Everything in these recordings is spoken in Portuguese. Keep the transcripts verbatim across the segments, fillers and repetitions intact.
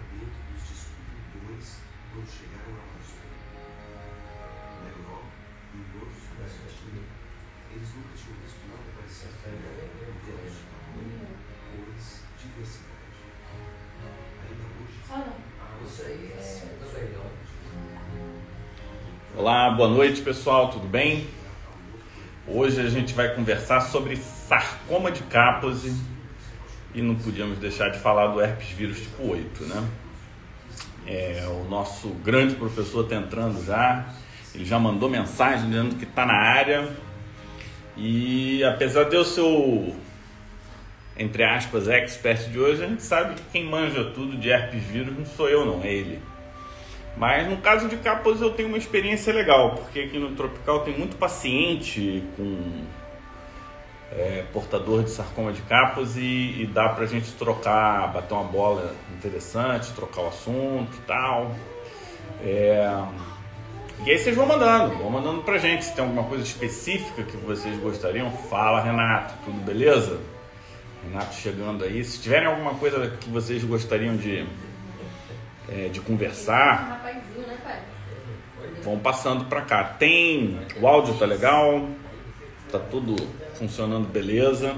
Olá, boa noite pessoal, tudo bem? Hoje a gente vai conversar sobre sarcoma de Kaposi e não podíamos deixar de falar do herpes vírus tipo oito, né? É, o nosso grande professor está entrando já, ele já mandou mensagem dizendo que está na área e apesar de eu ser o, entre aspas, expert de hoje, a gente sabe que quem manja tudo de herpes vírus não sou eu não, é ele. Mas no caso de Kaposi eu tenho uma experiência legal, porque aqui no Tropical tem muito paciente com é, portador de sarcoma de Kaposi e, e dá pra gente trocar, bater uma bola interessante, trocar o assunto e tal. É... E aí vocês vão mandando, vão mandando pra gente. Se tem alguma coisa específica que vocês gostariam, fala, Renato, tudo beleza? Renato chegando aí. Se tiverem alguma coisa que vocês gostariam de... É, de conversar, vão passando para cá. Tem o áudio, tá legal, tá tudo funcionando beleza.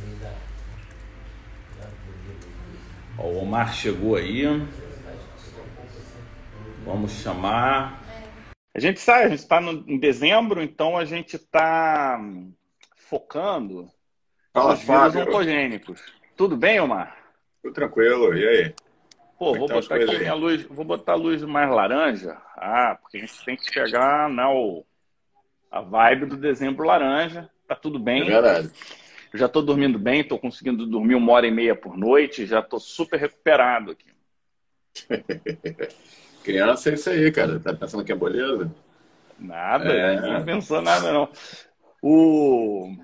Ó, o Omar chegou aí, vamos chamar. A gente sabe, a gente está em dezembro, então a gente está focando Fala, nos vírus Fábio. Oncogênicos. Tudo bem, Omar? Tudo tranquilo, e aí? Pô, vou botar aqui a minha luz, vou botar a luz mais laranja. Ah, porque a gente tem que chegar na o, a vibe do dezembro laranja. Tá tudo bem. É verdade. Eu já tô dormindo bem, tô conseguindo dormir uma hora e meia por noite, já tô super recuperado aqui. Criança é isso aí, cara. Tá pensando que é beleza? Nada, é... não pensou nada não. O...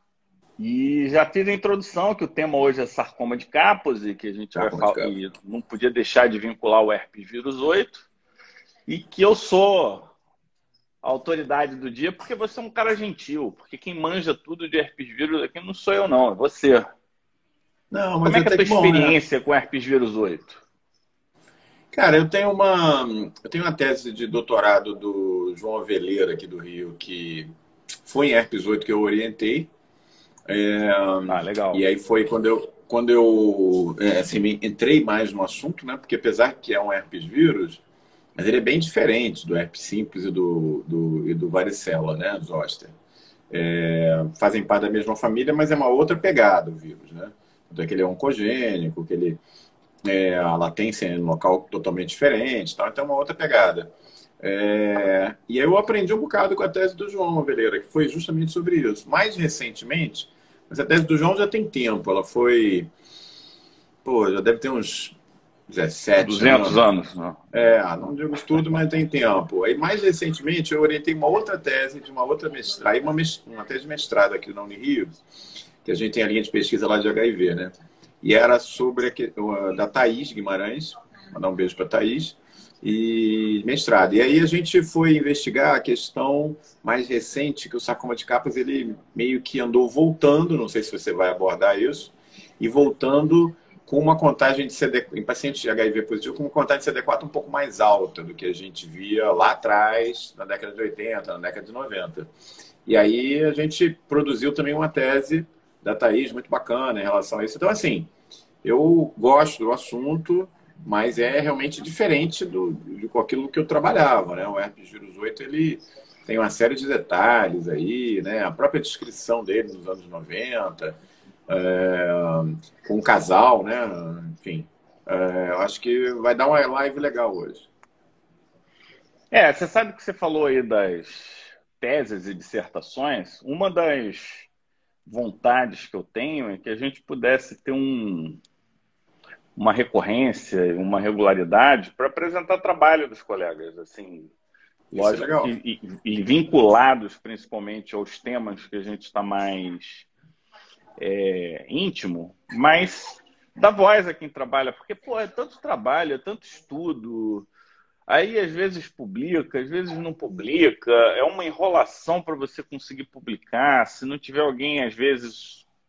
E já fiz a introdução que o tema hoje é sarcoma de Kaposi, que a gente vai falar, e não podia deixar de vincular o herpes vírus oito, e que eu sou a autoridade do dia porque você é um cara gentil, porque quem manja tudo de herpes vírus aqui não sou eu não, é você. Não, mas como é que é a tua bom, experiência né? com herpes vírus oito? Cara, eu tenho uma eu tenho uma tese de doutorado do João Aveleira aqui do Rio, que foi em herpes oito que eu orientei. É, ah, legal. E aí foi quando eu, quando eu é, assim, entrei mais no assunto, né? Porque apesar que é um herpes vírus, mas ele é bem diferente do herpes simples e do, do, e do varicela, né? Zoster. É, fazem parte da mesma família, mas é uma outra pegada o vírus, né? Então, que ele é oncogênico, que ele, é, a latência é em um local totalmente diferente, tal, então é uma outra pegada. É, e aí eu aprendi um bocado com a tese do João Aveleira, que foi justamente sobre isso. Mais recentemente, mas a tese do João já tem tempo, ela foi, pô, já deve ter uns dezessete duzentos anos. Não. É, não digo estudo, mas tem tempo. Aí mais recentemente eu orientei uma outra tese de uma outra mestrado, uma, uma tese de mestrado aqui na Unirio, que a gente tem a linha de pesquisa lá de H I V, né? E era sobre a, da Thaís Guimarães, mandar um beijo para Thaís, e mestrado. E aí a gente foi investigar a questão mais recente, que o sarcoma de Kaposi, ele meio que andou voltando, não sei se você vai abordar isso, e voltando com uma contagem de C D quatro, em pacientes de H I V positivo, com uma contagem de C D quatro um pouco mais alta do que a gente via lá atrás, na década de oitenta, na década de noventa. E aí a gente produziu também uma tese da Thaís muito bacana em relação a isso. Então, assim, eu gosto do assunto, mas é realmente diferente do, de aquilo que eu trabalhava, né? O herpes vírus oito, ele tem uma série de detalhes aí, né? A própria descrição dele nos anos noventa, é, com um casal, né? Enfim, é, eu acho que vai dar uma live legal hoje. É, você sabe que você falou aí das teses e dissertações. Uma das vontades que eu tenho é que a gente pudesse ter um... uma recorrência, uma regularidade para apresentar trabalho dos colegas, assim, Isso lógico, é legal. que, e, e vinculados principalmente aos temas que a gente está mais é, íntimo, mas dá voz a quem trabalha, porque, pô, é tanto trabalho, é tanto estudo, aí às vezes publica, às vezes não publica, é uma enrolação para você conseguir publicar, se não tiver alguém, às vezes...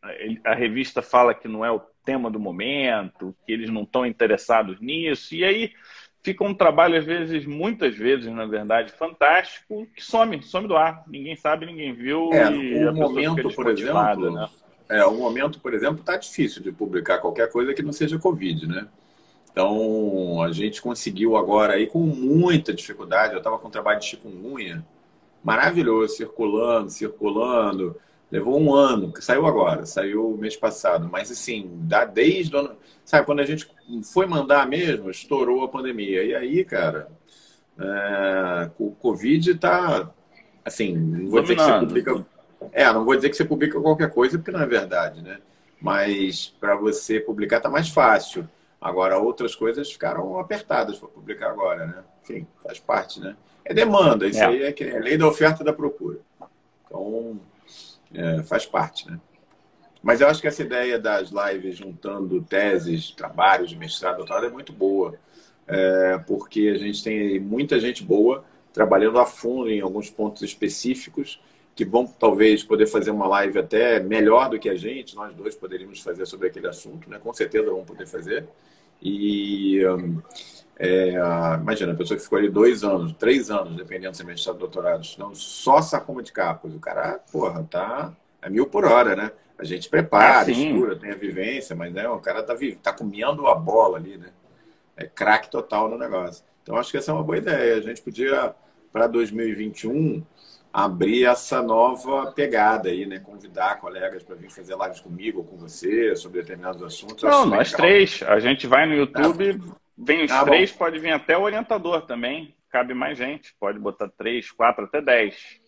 a revista fala que não é o tema do momento, que eles não estão interessados nisso, e aí fica um trabalho, às vezes, muitas vezes, na verdade, fantástico, que some, some do ar. Ninguém sabe, ninguém viu, É, e o a pessoa fica momento, por desmotivada, exemplo, né? é, o momento, por exemplo, está difícil de publicar qualquer coisa que não seja Covid, né? Então, a gente conseguiu agora aí com muita dificuldade. Eu estava com um trabalho de chikungunya maravilhoso, circulando, circulando. Levou um ano, que saiu agora, saiu mês passado. Mas assim, dá desde o ano. Sabe, quando a gente foi mandar mesmo, estourou a pandemia. E aí, cara, é, o Covid está. Assim, não vou dizer que você Dominando. publica. É, não vou dizer que você publica qualquer coisa, porque não é verdade, né? Mas para você publicar tá mais fácil. Agora, outras coisas ficaram apertadas para publicar agora, né? Enfim, faz parte, né? É demanda, isso É. aí é que é lei da oferta e da procura. Então, é, faz parte, né? Mas eu acho que essa ideia das lives juntando teses, trabalhos de mestrado, doutorado é muito boa. É, porque a gente tem muita gente boa trabalhando a fundo em alguns pontos específicos que vão talvez poder fazer uma live até melhor do que a gente. Nós dois poderíamos fazer sobre aquele assunto, né? Com certeza vamos poder fazer. E hum, é, imagina, a pessoa que ficou ali dois anos, três anos, dependendo se é mestrado ou doutorado, estudando só sarcoma de Kaposi. O cara, porra, tá a mil por hora, né? A gente Ah, prepara, sim. estuda, tem a vivência, mas né, o cara tá, tá comendo a bola ali, né? É craque total no negócio. Então, acho que essa é uma boa ideia. A gente podia, para dois mil e vinte e um, abrir essa nova pegada aí, né? Convidar colegas para vir fazer lives comigo ou com você sobre determinados assuntos. Eu acho Não, isso bem nós legal. três. A gente vai no Ah, YouTube, vem os ah, bom. três, pode vir até o orientador também. Cabe mais gente. Pode botar três, quatro, até dez.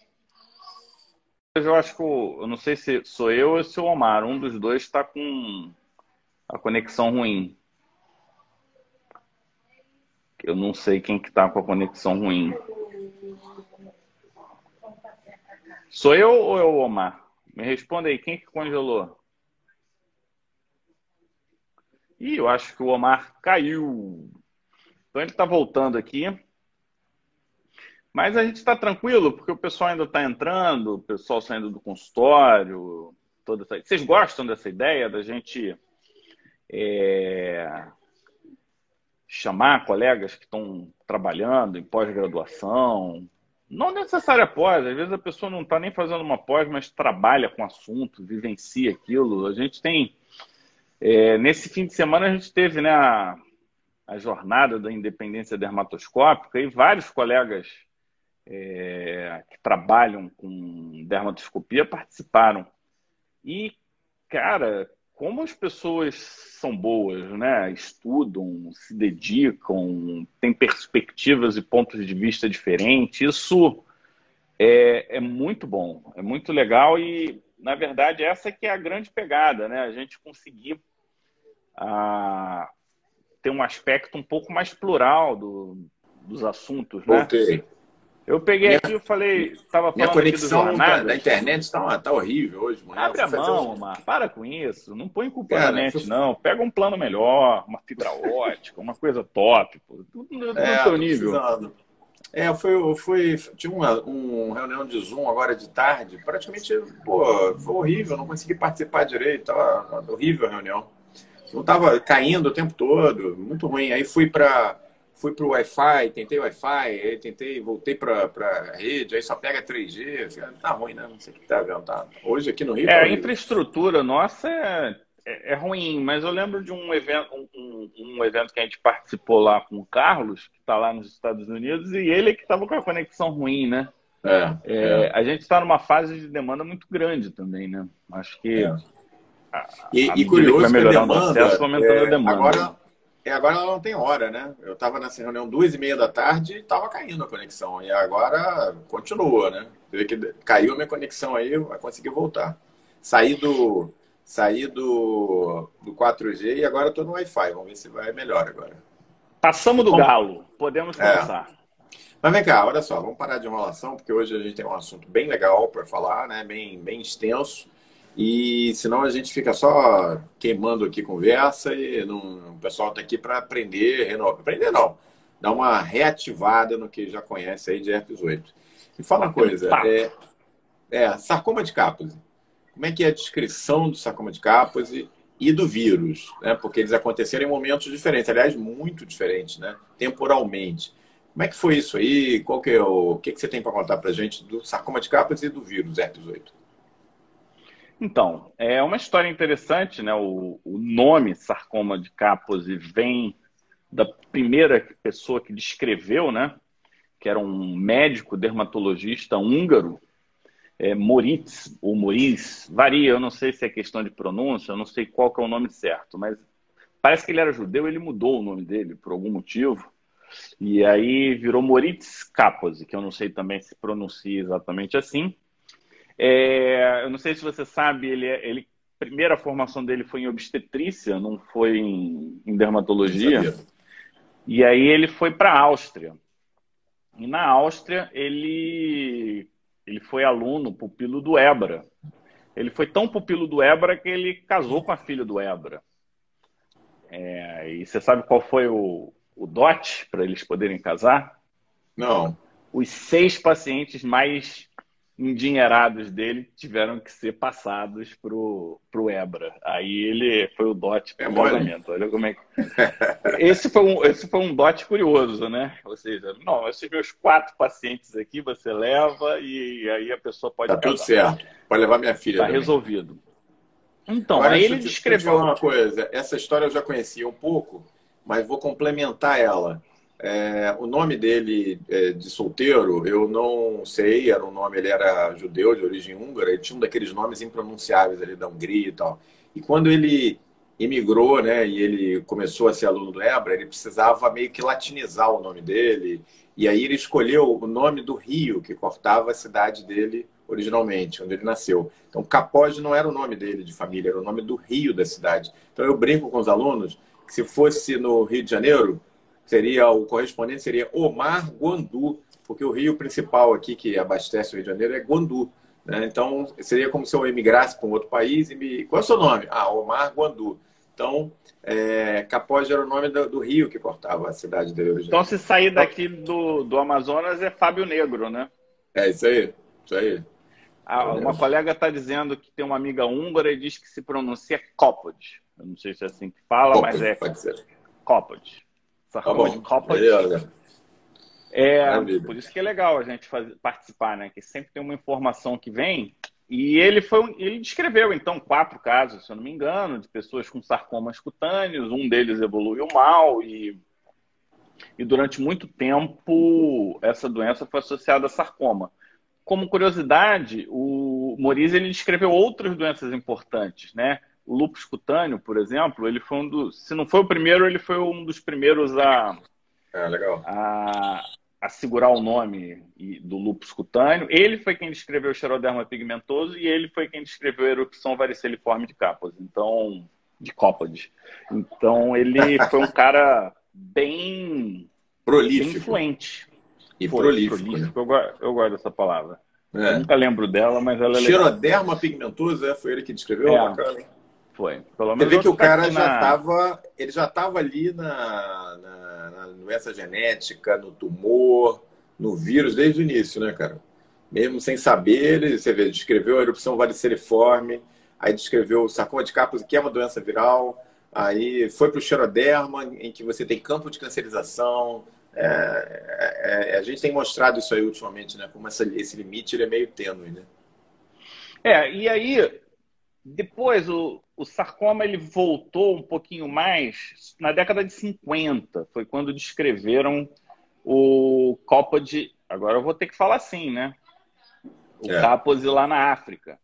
Eu acho que, o- eu não sei se sou eu ou se o Omar. Um dos dois está com a conexão ruim. Eu não sei quem que tá com a conexão ruim. Sou eu ou é o Omar? Me responda aí, quem que congelou? Ih, eu acho que o Omar caiu. Então ele está voltando aqui. Mas a gente está tranquilo, porque o pessoal ainda está entrando, o pessoal saindo do consultório. Toda essa... Vocês gostam dessa ideia da gente é, chamar colegas que estão trabalhando em pós-graduação? Não necessária pós, às vezes a pessoa não está nem fazendo uma pós, mas trabalha com o assunto, vivencia aquilo. A gente tem... É, nesse fim de semana a gente teve, né, a, a jornada da independência dermatoscópica e vários colegas é, que trabalham com dermatoscopia participaram. E, cara, como as pessoas são boas, né? Estudam, se dedicam, têm perspectivas e pontos de vista diferentes, isso é, é muito bom, é muito legal e, na verdade, essa que é a grande pegada, né? A gente conseguir a, ter um aspecto um pouco mais plural do, dos assuntos, né? Voltei. Eu peguei Minha, aqui e falei, estava minha falando aqui do conexão da, da Jornadas. internet está tá horrível hoje, manhã. Eu Abre fui a fazer mão, um. Omar. Para com isso. Não põe culpa na Cara, fui, net, não. Pega um plano melhor, uma fibra ótica, uma coisa top, pô. Tudo no, no é, teu tô nível. precisando. É, eu fui, eu fui, tinha uma um reunião de Zoom agora de tarde, praticamente, pô, foi horrível, não consegui participar direito, tava horrível a reunião. Não tava caindo o tempo todo, muito ruim. Aí fui para fui pro Wi-Fi, tentei Wi-Fi, aí tentei, voltei para para rede, aí só pega três G, tá ruim, né? Não sei o que tá vendo, tá. Hoje aqui no Rio É, tá a horrível. infraestrutura nossa é, é, é ruim, mas eu lembro de um evento, um, um, um evento que a gente participou lá com o Carlos, que está lá nos Estados Unidos, e ele que estava com a conexão ruim, né? É, É, é, a gente está numa fase de demanda muito grande também, né? Acho que é. à E, e medida que vai curioso que a melhorando o acesso, vai demanda, aumentando a é, demanda, né? agora, é, agora ela não tem hora, né? Eu estava nessa reunião duas e meia da tarde e estava caindo a conexão. E agora continua, né? Você vê que caiu a minha conexão aí, vai conseguir voltar. Saí do, saí do, do quatro G e agora estou no Wi-Fi. Vamos ver se vai melhor agora. Passamos do Bom, galo, podemos é. começar. Mas vem cá, olha só, vamos parar de enrolação, porque hoje a gente tem um assunto bem legal para falar, né? Bem, bem extenso. E senão a gente fica só queimando aqui conversa e não, o pessoal está aqui para aprender, renovar. Aprender não, dar uma reativada no que já conhece aí de herpes oito. E fala uma Batendo coisa, papo. é, é sarcoma de Kaposi. como é que é a descrição do sarcoma de Kaposi e do vírus, né? Porque eles aconteceram em momentos diferentes, aliás, muito diferentes, né? Temporalmente. Como é que foi isso aí? Qual que é o, o que, que você tem para contar para a gente do sarcoma de Kaposi e do vírus herpes oito? Então, é uma história interessante, né? O, o nome sarcoma de Kaposi vem da primeira pessoa que descreveu, né? Que era um médico dermatologista húngaro, é, Moritz, ou Moritz, varia, eu não sei se é questão de pronúncia, eu não sei qual que é o nome certo, mas parece que ele era judeu, ele mudou o nome dele por algum motivo, e aí virou Moritz Kaposi, que eu não sei também se pronuncia exatamente assim. É, eu não sei se você sabe, ele, ele, a primeira formação dele foi em obstetrícia, não foi em, em dermatologia, e aí ele foi para a Áustria. E na Áustria, ele, ele foi aluno, pupilo do Ebra. Ele foi tão pupilo do Ebra que ele casou com a filha do Ebra. É, e você sabe qual foi o, o dote para eles poderem casar? Não. Os seis pacientes mais endinheirados dele tiveram que ser passados para o Ebra. Aí ele foi o dote para o casamento. Olha como é que... Esse foi, um, esse foi um dote curioso, né? Ou seja, não, esses meus quatro pacientes aqui você leva e aí a pessoa pode Tá casar. tudo certo. Pode levar minha filha Tá também. Resolvido. Então, Agora, aí ele deixa eu te- descreveu... Deixa eu te falar uma coisa. Essa história eu já conhecia um pouco, mas vou complementar ela. É, o nome dele é, de solteiro, eu não sei, era um nome, ele era judeu de origem húngara, ele tinha um daqueles nomes impronunciáveis ali da Hungria e tal. E quando ele imigrou, né, e ele começou a ser aluno do Ebra, ele precisava meio que latinizar o nome dele, e aí ele escolheu o nome do rio que cortava a cidade dele originalmente, onde ele nasceu. Então, Capode não era o nome dele de família, era o nome do rio da cidade. Então, eu brinco com os alunos que se fosse no Rio de Janeiro, seria o correspondente seria Omar Guandu, porque o rio principal aqui que abastece o Rio de Janeiro é Guandu, né? Então seria como se eu emigrasse para um outro país e me... Qual é o seu nome? Ah, Omar Guandu. Então, é... Capós era o nome do, do rio que cortava a cidade dele original. Então, se sair daqui do, do Amazonas é Fábio Negro, né? É isso aí, isso aí. Ah, uma colega está dizendo que tem uma amiga húngara e diz que se pronuncia Kopod. Eu não sei se é assim que fala, Kopod, mas é pode ser. Kopod. Tá bom. Kopod. Beleza. É, Maravilha. por isso que é legal a gente fazer, participar, né? Que sempre tem uma informação que vem. E ele foi, um- ele descreveu, então, quatro casos, se eu não me engano, de pessoas com sarcomas cutâneos. Um deles evoluiu mal e, e durante muito tempo essa doença foi associada a sarcoma. Como curiosidade, o Moriz ele descreveu outras doenças importantes, né? O lúpus cutâneo, por exemplo, ele foi um dos, se não foi o primeiro, ele foi um dos primeiros a, É, legal. a, a segurar o nome e- do lúpus cutâneo. Ele foi quem descreveu o xeroderma pigmentoso e ele foi quem descreveu a erupção variceliforme de Kaposi, então, de Kopad. Então, ele foi um cara bem, bem Prolífico. influente. E Foi, prolífico, prolífico, eu, go- eu gosto dessa palavra. né? Eu É. nunca lembro dela, mas ela é legal. Xeroderma pigmentoso, é? Foi ele que descreveu? É. Bacana. Foi. Pelo Você menos vê que o tá cara aqui já na... estava, ele já estava ali na, na, na doença genética, no tumor, no vírus desde o início, né, cara? Mesmo sem saber, ele, você vê, descreveu a erupção variceliforme, aí descreveu o sarcoma de Kaposi, que é uma doença viral, aí foi para o xeroderma, em que você tem campo de cancerização. É, é, é, a gente tem mostrado isso aí ultimamente, né? Como essa, esse limite ele é meio tênue, né? É, e aí, depois o, o sarcoma ele voltou um pouquinho mais na década de cinquenta. Foi quando descreveram o Kopad. Agora eu vou ter que falar assim, né? O É. Kaposi lá na África.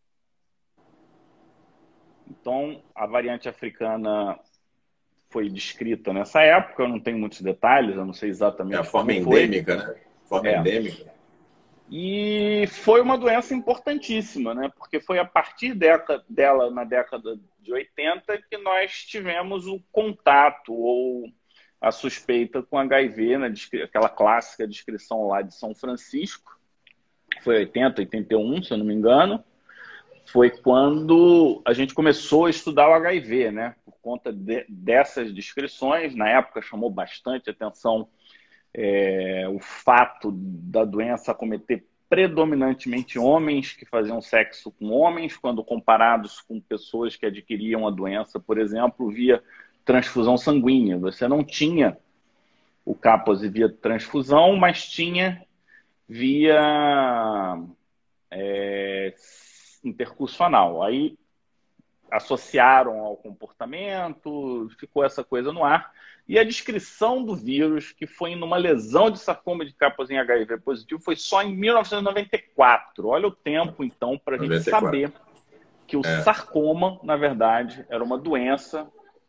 Então, a variante africana foi descrita nessa época. Eu não tenho muitos detalhes, eu não sei É exatamente a forma como foi. endêmica, né? Forma É. endêmica. E foi uma doença importantíssima, né? Porque foi a partir deca- dela, na década de oitenta, que nós tivemos o contato ou a suspeita com H I V, né? Descri- aquela clássica descrição lá de São Francisco. Foi oitenta, oitenta e um, se eu não me engano. Foi quando a gente começou a estudar o H I V, né? Por conta de- dessas descrições. Na época chamou bastante atenção é, o fato da doença acometer predominantemente homens que faziam sexo com homens, quando comparados com pessoas que adquiriam a doença, por exemplo, via transfusão sanguínea. Você não tinha o Kaposi via transfusão, mas tinha via é, intercursional. Aí associaram ao comportamento, ficou essa coisa no ar. E a descrição do vírus, que foi numa lesão de sarcoma de Kaposi em H I V positivo, foi só em mil novecentos e noventa e quatro. Olha o tempo, então, para a gente saber que o é. sarcoma, na verdade, era uma doença,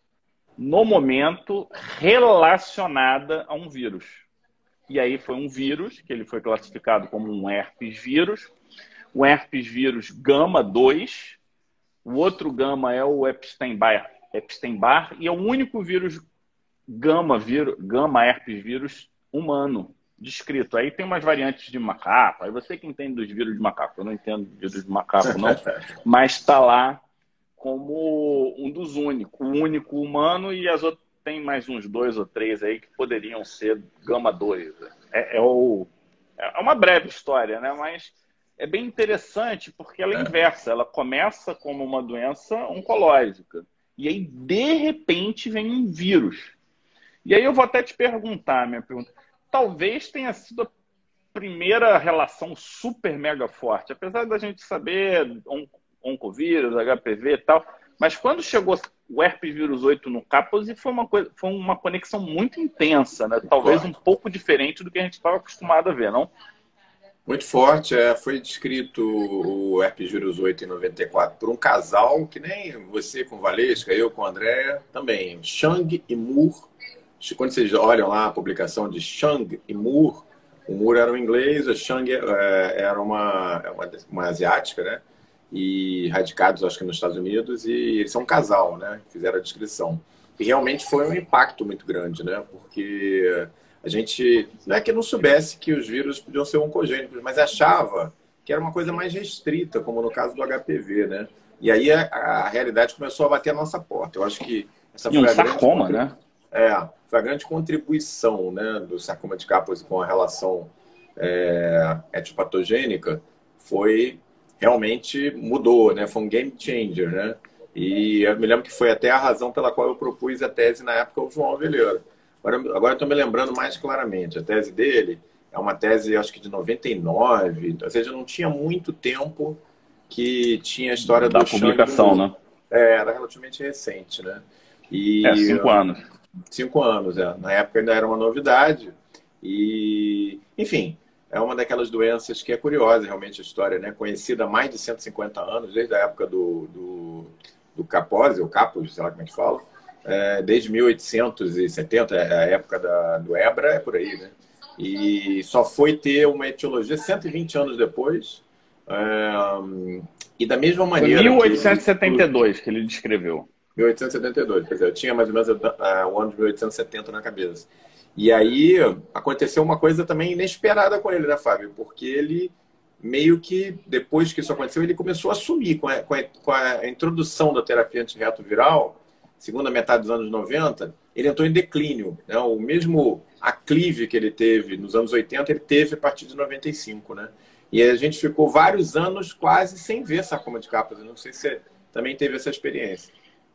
no momento, relacionada a um vírus. E aí foi um vírus, que ele foi classificado como um herpes vírus. O herpes vírus gama dois. O outro gama é o Epstein-Barr, Epstein-Barr, e é o único vírus gama, vírus, gama herpes vírus humano descrito. Aí tem umas variantes de macaco. Aí você que entende dos vírus de macaco. Eu não entendo de vírus de macaco, não. Mas está lá como um dos únicos. O único humano, e as outras tem mais uns dois ou três aí que poderiam ser gama dois. É, é, o, é uma breve história, né? Mas é bem interessante porque ela é inversa. Ela começa como uma doença oncológica. E aí, de repente, vem um vírus. E aí eu vou até te perguntar, minha pergunta. Talvez tenha sido a primeira relação super mega forte. Apesar da gente saber on oncovírus, H P V e tal. Mas quando chegou o herpes vírus oito no Kaposi, foi uma, coisa, foi uma conexão muito intensa, né? Talvez um pouco diferente do que a gente estava acostumado a ver, não? Muito forte. É, foi descrito o herpes vírus oito em noventa e quatro por um casal que nem você com Valesca, eu com a Andréa, também. Chang e Moore. Quando vocês olham lá a publicação de Chang e Moore, o Moore era um inglês, a Chang é, era uma, uma, uma asiática, né? E radicados, acho que nos Estados Unidos, e eles são um casal, né? Fizeram a descrição. E realmente foi um impacto muito grande, né? Porque a gente, não é que não soubesse que os vírus podiam ser oncogênicos, mas achava que era uma coisa mais restrita, como no caso do H P V, né? E aí a, a realidade começou a bater a nossa porta. Eu acho que essa e foi um a sarcoma, grande, né? É, foi a grande contribuição, né, do sarcoma de Kaposi com a relação é, etiopatogênica, foi realmente mudou, né? Foi um game changer, né? E eu me lembro que foi até a razão pela qual eu propus a tese na época ao João Aveleira. Agora, agora eu estou me lembrando mais claramente. A tese dele é uma tese, acho que de noventa e nove, ou seja, não tinha muito tempo que tinha a história da do publicação, Chang, né? É, era relativamente recente, né? E, é, cinco anos. Cinco anos, é. Na época ainda era uma novidade. E, enfim, é uma daquelas doenças que é curiosa, realmente, a história, né? Conhecida há mais de cento e cinquenta anos, desde a época do, do, do Kaposi, ou Kaposi, sei lá como é que fala. É, desde mil oitocentos e setenta, a época da, do Ebra, é por aí, né? E só foi ter uma etiologia cento e vinte anos depois. É, e da mesma maneira... Foi mil oitocentos e setenta e dois que, que ele descreveu. mil oitocentos e setenta e dois, quer dizer, eu tinha mais ou menos uh, o ano de mil oitocentos e setenta na cabeça. E aí aconteceu uma coisa também inesperada com ele, né, Fábio? Porque ele meio que, depois que isso aconteceu, ele começou a sumir com a, com a, com a introdução da terapia antirretroviral, segunda metade dos anos noventa, ele entrou em declínio, né? O mesmo aclive que ele teve nos anos oitenta, ele teve a partir de noventa e cinco, né? E a gente ficou vários anos quase sem ver sarcoma de Kaposi. Não sei se você também teve essa experiência.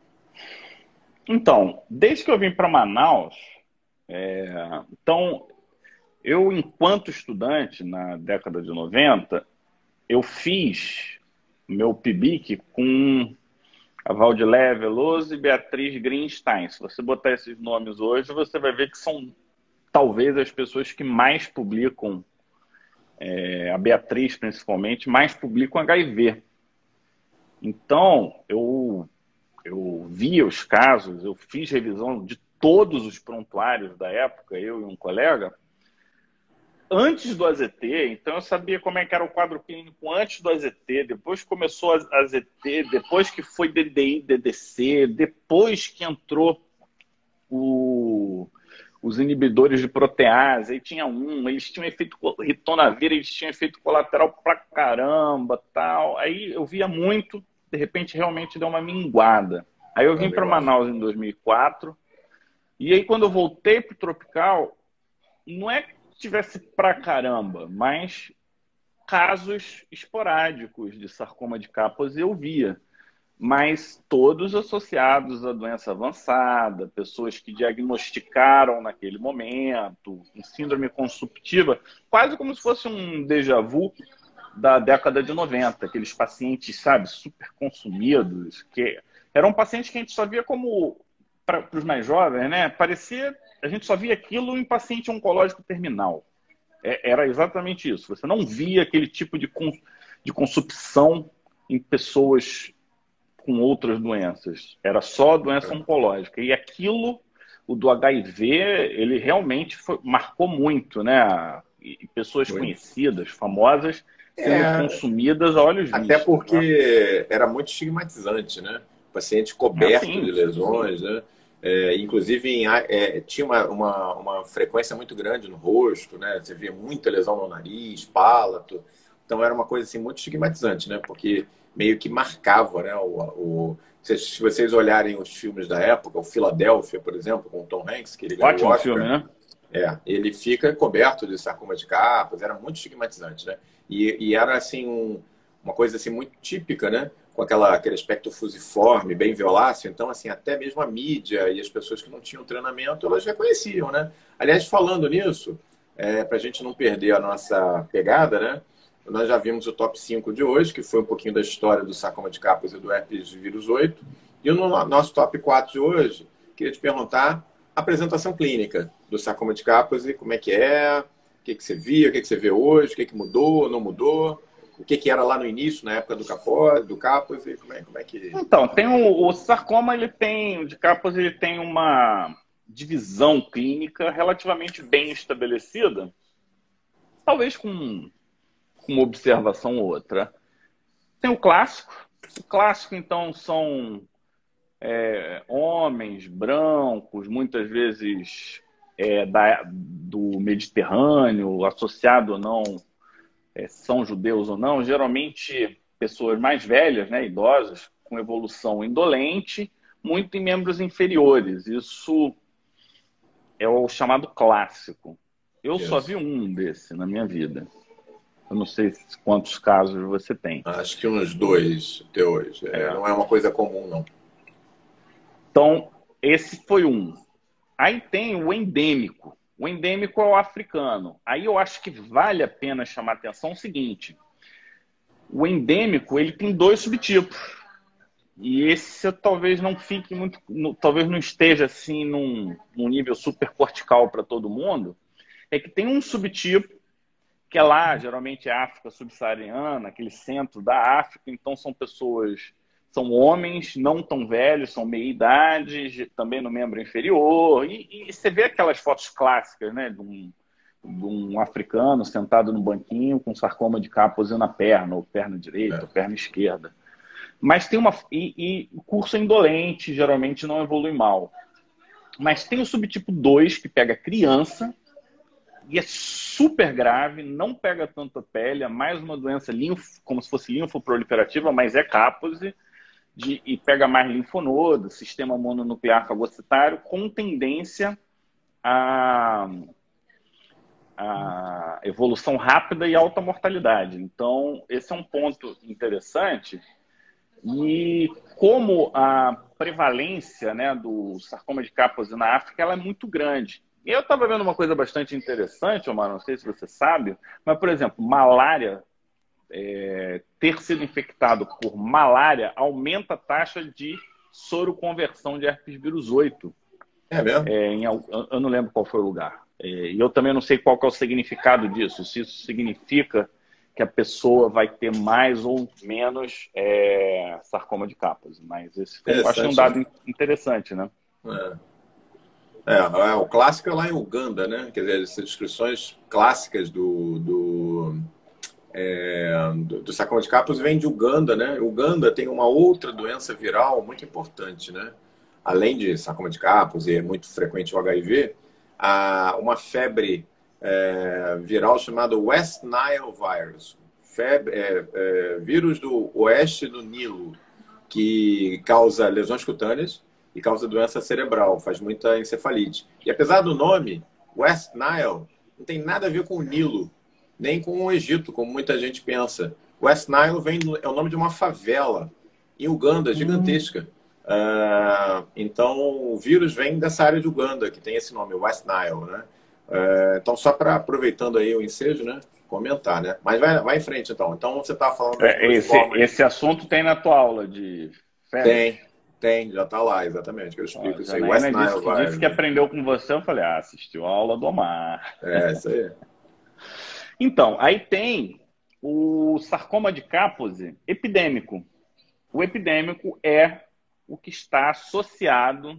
Então, desde que eu vim para Manaus, é, então, eu, enquanto estudante, na década de noventa, eu fiz meu P I B I C com a Valdiléia Veloso e Beatriz Greenstein. Se você botar esses nomes hoje, você vai ver que são, talvez, as pessoas que mais publicam, é, a Beatriz, principalmente, mais publicam H I V. Então, eu... Eu via os casos, eu fiz revisão de todos os prontuários da época, eu e um colega, antes do A Z T. Então eu sabia como é que era o quadro clínico antes do A Z T, depois que começou a A Z T, depois que foi D D I, D D C, depois que entrou o, os inibidores de protease, aí tinha um, eles tinham efeito ritonavir, eles tinham efeito colateral pra caramba, tal. Aí eu via muito. De repente, realmente deu uma minguada. Aí eu vim para Manaus em dois mil e quatro. E aí, quando eu voltei para o Tropical, não é que tivesse pra caramba, mas casos esporádicos de sarcoma de Kaposi eu via, mas todos associados à doença avançada, pessoas que diagnosticaram naquele momento, com síndrome consumptiva, quase como se fosse um déjà vu da década de noventa, aqueles pacientes, sabe, super consumidos, que eram pacientes que a gente só via como, para os mais jovens, né, parecia, a gente só via aquilo em paciente oncológico terminal. É, era exatamente isso, você não via aquele tipo de, cons, de consumpção em pessoas com outras doenças, era só doença oncológica, e aquilo, o do H I V, ele realmente foi, marcou muito, né, e pessoas muito conhecidas, famosas, sendo é, consumidas a olhos vistos. Até porque né? Era muito estigmatizante, né? O paciente coberto é, de lesões, né? É, inclusive, em, é, tinha uma, uma, uma frequência muito grande no rosto, né? Você via muita lesão no nariz, palato. Então, era uma coisa assim, muito estigmatizante, né? Porque meio que marcava, né? O, o, se, se vocês olharem os filmes da época, o Philadelphia, por exemplo, com o Tom Hanks, que ele ganhou Ótimo o Oscar, filme, né? É, ele fica coberto de sarcoma de Kaposi, era muito estigmatizante, né? E, e era, assim, um, uma coisa assim, muito típica, né? Com aquela, aquele aspecto fusiforme, bem violáceo. Então, assim, até mesmo a mídia e as pessoas que não tinham treinamento, elas reconheciam, né? Aliás, falando nisso, é, para a gente não perder a nossa pegada, né? Nós já vimos o top cinco de hoje, que foi um pouquinho da história do sarcoma de Kaposi e do herpes vírus oito. E no nosso top quatro de hoje, queria te perguntar a apresentação clínica do sarcoma de Kaposi, como é que é, o que, que você via, o que, que você vê hoje, o que, que mudou, não mudou, o que, que era lá no início, na época do Kaposi, do Kaposi, como é, como é que... Então, tem o, o sarcoma, ele tem, o de Kaposi, ele tem uma divisão clínica relativamente bem estabelecida, talvez com, com uma observação ou outra. Tem o clássico, o clássico, então, são é, homens brancos, muitas vezes é, da, do Mediterrâneo, associado ou não, é, são judeus ou não, geralmente pessoas mais velhas, né, idosas, com evolução indolente, muito em membros inferiores. Isso é o chamado clássico. Eu Isso. só vi um desse na minha vida. Eu não sei quantos casos você tem. Acho que uns dois até hoje. É. Não é uma coisa comum, não. Então, esse foi um. Aí tem o endêmico. O endêmico é o africano. Aí eu acho que vale a pena chamar a atenção o seguinte. O endêmico, ele tem dois subtipos. E esse talvez não fique muito... Talvez não esteja assim num, num nível super cortical para todo mundo. É que tem um subtipo que é lá, geralmente é África subsaariana, aquele centro da África. Então são pessoas... São homens não tão velhos, são meia-idade, também no membro inferior. E, e você vê aquelas fotos clássicas, né? De um, de um africano sentado no banquinho com sarcoma de Kaposi na perna, ou perna direita, é. ou perna esquerda. Mas tem uma... E, e curso indolente, geralmente não evolui mal. Mas tem o subtipo dois, que pega criança, e é super grave, não pega tanto a pele, é mais uma doença linfo, como se fosse linfoproliferativa, mas é Kaposi. De, e pega mais linfonodo, sistema mononuclear fagocitário, com tendência a, a evolução rápida e alta mortalidade. Então, esse é um ponto interessante. E como a prevalência, né, do sarcoma de Kaposi na África ela é muito grande. E eu estava vendo uma coisa bastante interessante, Omar, não sei se você sabe, mas, por exemplo, malária... É, ter sido infectado por malária aumenta a taxa de soroconversão de herpes vírus oito. É mesmo? É, em, eu não lembro qual foi o lugar. É, e eu também não sei qual que é o significado disso. Se isso significa que a pessoa vai ter mais ou menos é, sarcoma de Kaposi. Mas esse foi, eu acho um dado interessante, né? É. É, é, o clássico é lá em Uganda, né? Quer dizer, essas descrições clássicas do... do... É, do, do sarcoma de Kaposi vem de Uganda, né? Uganda tem uma outra doença viral muito importante, né? Além de sarcoma de Kaposi, é muito frequente o H I V, há uma febre é, viral chamada West Nile Virus, febre, é, é, vírus do oeste do Nilo, que causa lesões cutâneas e causa doença cerebral, faz muita encefalite. E apesar do nome, West Nile, não tem nada a ver com o Nilo. nem com o Egito, como muita gente pensa. West Nile vem do, é o nome de uma favela em Uganda, gigantesca. Hum. Uh, então, o vírus vem dessa área de Uganda, que tem esse nome, West Nile, né? Uh, então, só para, aproveitando aí o ensejo, né? Comentar, né? Mas vai, vai em frente, então. Então, você está falando... É, esse, esse assunto tem na tua aula de férias? Tem, tem. Já está lá, exatamente, que eu explico Ó, isso aí. West Nile disse, vai, disse que aprendeu com você, eu falei, ah, assistiu a aula do Omar. É, isso aí. Então, aí tem o sarcoma de Kaposi epidêmico. O epidêmico é o que está associado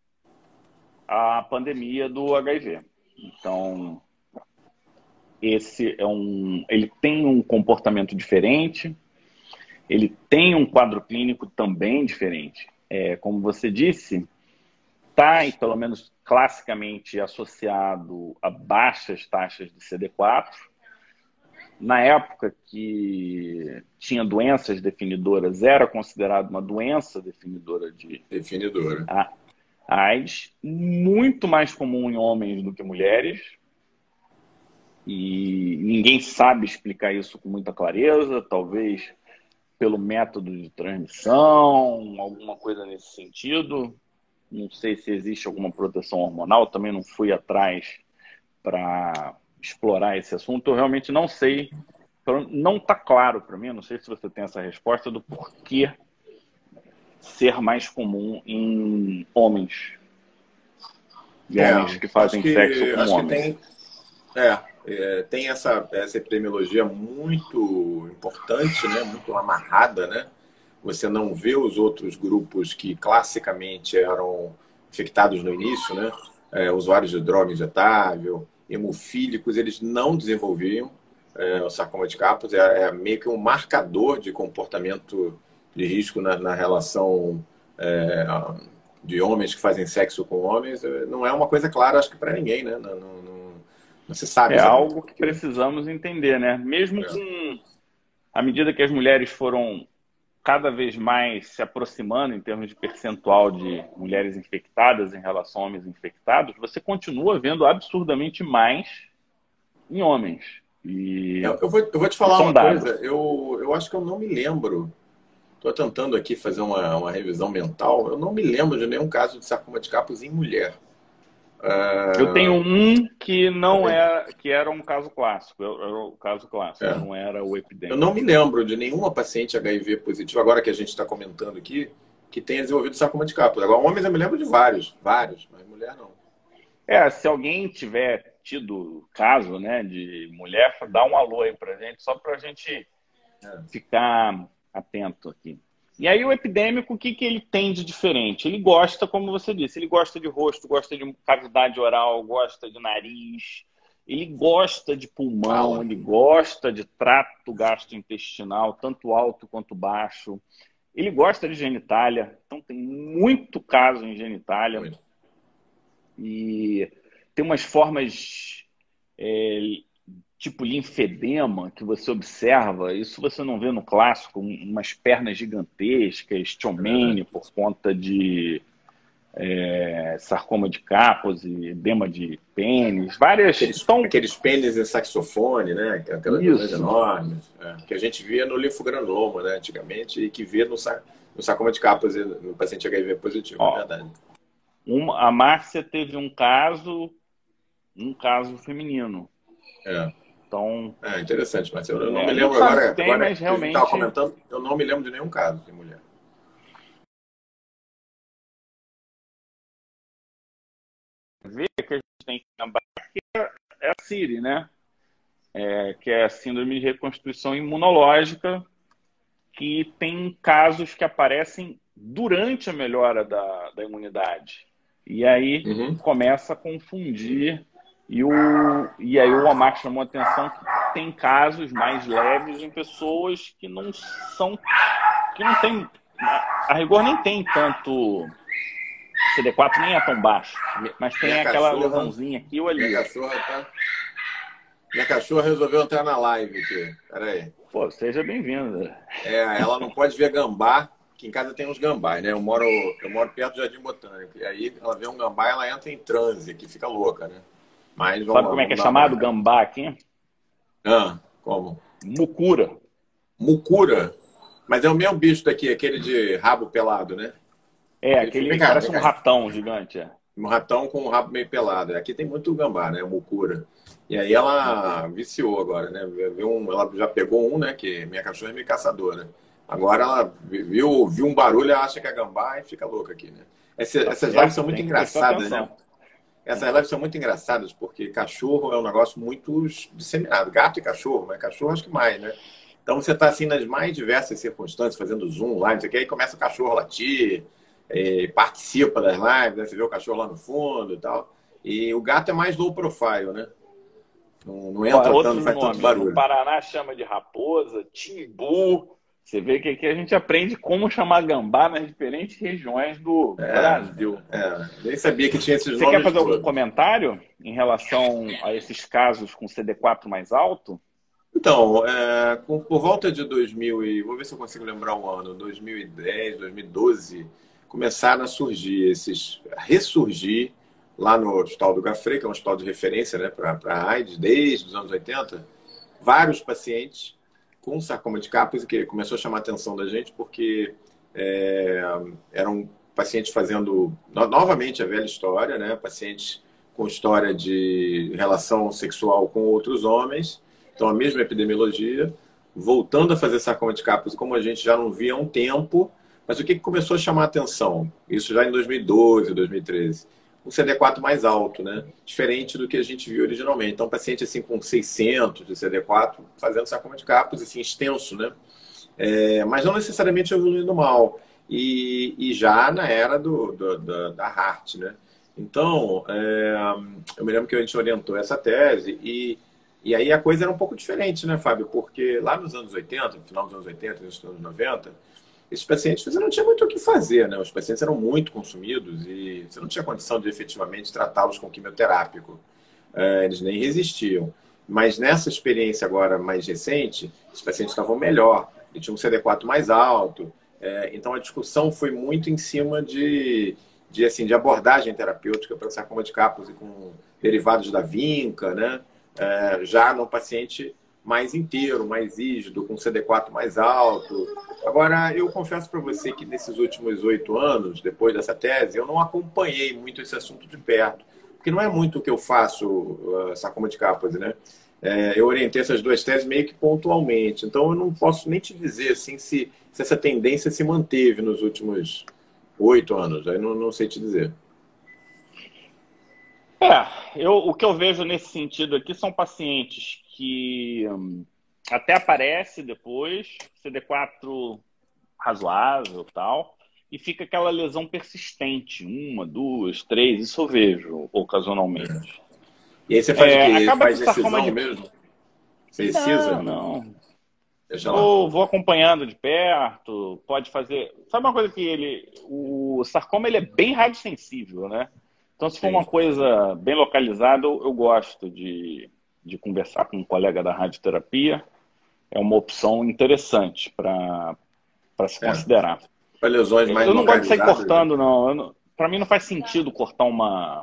à pandemia do H I V. Então, esse é um, ele tem um comportamento diferente, ele tem um quadro clínico também diferente. É, como você disse, está, pelo menos classicamente, associado a baixas taxas de C D quatro. Na época que tinha doenças definidoras, era considerado uma doença definidora de definidora. A AIDS, muito mais comum em homens do que mulheres. E ninguém sabe explicar isso com muita clareza, talvez pelo método de transmissão, alguma coisa nesse sentido. Não sei se existe alguma proteção hormonal, também não fui atrás para explorar esse assunto. Eu realmente não sei, não está claro para mim, não sei se você tem essa resposta do porquê ser mais comum em homens. E é, homens que fazem que, sexo com acho homens. Que tem, é, é, tem essa, essa epidemiologia muito importante, né? Muito amarrada, né? Você não vê os outros grupos que classicamente eram infectados no início, né? É, usuários de droga injetável, hemofílicos, eles não desenvolviam é, o sarcoma de Kaposi, é, é meio que um marcador de comportamento de risco na, na relação é, de homens que fazem sexo com homens. Não é uma coisa clara, acho que para ninguém, né? Não, não, não, não se sabe. É algo que precisamos entender, né? Mesmo é. com, à medida que as mulheres foram cada vez mais se aproximando em termos de percentual de mulheres infectadas em relação a homens infectados, você continua vendo absurdamente mais em homens. E eu, eu, vou, eu vou te falar uma dados. coisa, eu, eu acho que eu não me lembro, estou tentando aqui fazer uma, uma revisão mental, eu não me lembro de nenhum caso de sarcoma de Kaposi em mulher. Uh... Eu tenho um que não é, que era um caso clássico, era o caso clássico, é. não era o epidêmico. Eu não me lembro de nenhuma paciente H I V positiva, agora que a gente está comentando aqui, que tenha desenvolvido sarcoma de Kaposi. Agora, homens eu me lembro de vários, vários, mas mulher não. É, se alguém tiver tido caso, né, de mulher, dá um alô aí pra gente, só pra gente é. ficar atento aqui. E aí o epidêmico, o que, que ele tem de diferente? Ele gosta, como você disse, ele gosta de rosto, gosta de cavidade oral, gosta de nariz, ele gosta de pulmão, Fala. ele gosta de trato gastrointestinal, tanto alto quanto baixo. Ele gosta de genitália, então tem muito caso em genitália. Muito. E tem umas formas... É, tipo linfedema, que você observa, isso você não vê no clássico, umas pernas gigantescas, Tchomene, por conta de é, sarcoma de Kaposi, edema de pênis, várias... Aqueles, estão... aqueles pênis em saxofone, né? Aquelas coisas enormes, é, que a gente via no linfogranuloma, né, antigamente, e que via no, no sarcoma de Kaposi, no paciente H I V positivo, Ó, é verdade. Uma, a Márcia teve um caso, um caso feminino. É. Então, é interessante, mas eu não é, me lembro agora. Tem, agora mas realmente... estava comentando, eu não me lembro de nenhum caso de mulher. Vê que a gente tem que lembrar que é a S I R I, né? É, que é a síndrome de reconstituição imunológica, que tem casos que aparecem durante a melhora da, da imunidade. E aí uhum. começa a confundir. E, o, e aí o Omar chamou a atenção que tem casos mais leves em pessoas que não são... que não tem... A rigor nem tem tanto... C D quatro nem é tão baixo, mas tem minha aquela cachorra, lesãozinha aqui ou ali. Minha cachorra, tá... minha cachorra resolveu entrar na live aqui. Pera aí. Pô, seja bem-vinda. É, ela não pode ver gambá, que em casa tem uns gambás, né? Eu moro, eu moro perto do Jardim Botânico. E aí ela vê um gambá e ela entra em transe, que fica louca, né? Mas, Sabe como é que é chamado gambá aqui? Ah, como? Mucura. Mucura. Mas é o mesmo bicho daqui, aquele de rabo pelado, né? É, Ele fica, vem aquele cá, parece vem um cá. ratão gigante. É. Um ratão com o rabo meio pelado. Aqui tem muito gambá, né? Mucura. E aí ela viciou agora, né? Viu um, ela já pegou um, né? Que minha cachorra é meio caçadora. Agora ela viu, viu um barulho, ela acha que é gambá e fica louca aqui, né? Essa- Tá essas lives são certo, muito tem que prestar engraçadas, né? atenção. Essas lives são muito engraçadas porque cachorro é um negócio muito disseminado. Gato e cachorro, mas cachorro acho que mais, né? Então você está assim nas mais diversas circunstâncias, fazendo zoom, live, não sei o que, aí começa o cachorro a latir, eh, participa das lives, né? Você vê o cachorro lá no fundo e tal. E o gato é mais low profile, né? Não, não Ó, entra tanto, não outros faz tanto nomes. No barulho. Paraná chama de raposa, timbu. Você vê que aqui a gente aprende como chamar gambá nas diferentes regiões do Brasil. É, nem sabia que tinha esses Você quer nomes fazer algum todos. comentário em relação a esses casos com C D quatro mais alto? Então, é, com- por volta de dois mil e... Vou ver se eu consigo lembrar um ano. dois mil e dez, dois mil e doze, começaram a surgir esses... a ressurgir lá no Hospital do Gafré, que é um hospital de referência, né, para a AIDS, desde os anos oitenta, vários pacientes com sarcoma de Kaposi, que começou a chamar a atenção da gente, porque é, eram pacientes fazendo, no- novamente, a velha história, né, pacientes com história de relação sexual com outros homens, então a mesma epidemiologia, voltando a fazer sarcoma de Kaposi, como a gente já não via há um tempo, mas o que que começou a chamar a atenção? Isso já em dois mil e doze, dois mil e treze. Um C D quatro mais alto, né? Diferente do que a gente viu originalmente. Então, paciente assim com seiscentos de C D quatro fazendo sarcoma de Kaposi, assim, extenso, né? É, mas não necessariamente evoluindo mal. E, e já na era do, do, da, da Heart, né? Então, é, eu me lembro que a gente orientou essa tese e, e aí a coisa era um pouco diferente, né, Fábio? Porque lá nos anos oitenta, no final dos anos oitenta, nos anos noventa, esses pacientes você não tinha muito o que fazer, né? Os pacientes eram muito consumidos e você não tinha condição de efetivamente tratá-los com quimioterápico. É, eles nem resistiam. Mas nessa experiência agora mais recente, os pacientes estavam melhor, e tinham um C D quatro mais alto. É, então a discussão foi muito em cima de, de, assim, de abordagem terapêutica para sarcoma de Kaposi com derivados da vinca, né? É, já no paciente mais inteiro, mais rígido, com C D quatro mais alto. Agora, eu confesso para você que nesses últimos oito anos, depois dessa tese, eu não acompanhei muito esse assunto de perto, porque não é muito o que eu faço, uh, sarcoma de Kaposi, né? É, eu orientei essas duas teses meio que pontualmente, então eu não posso nem te dizer assim se, se essa tendência se manteve nos últimos oito anos, aí não, não sei te dizer. É, eu, o que eu vejo nesse sentido aqui são pacientes que hum, até aparece depois, C D quatro razoável e tal, e fica aquela lesão persistente, uma, duas, três, isso eu vejo ocasionalmente. E aí você faz o É, quê? acaba que Faz o sarcoma decisão de... mesmo? Você Não, precisa? não. Deixa lá. Vou, vou acompanhando de perto, pode fazer... Sabe uma coisa que ele... O sarcoma, ele é bem radiosensível, né? Então, se for Sim. uma coisa bem localizada, eu, eu gosto de, de conversar com um colega da radioterapia. É uma opção interessante para para se É. considerar. Para lesões mais Eu não gosto de sair localizadas, né? cortando, não. Para mim não faz sentido cortar uma,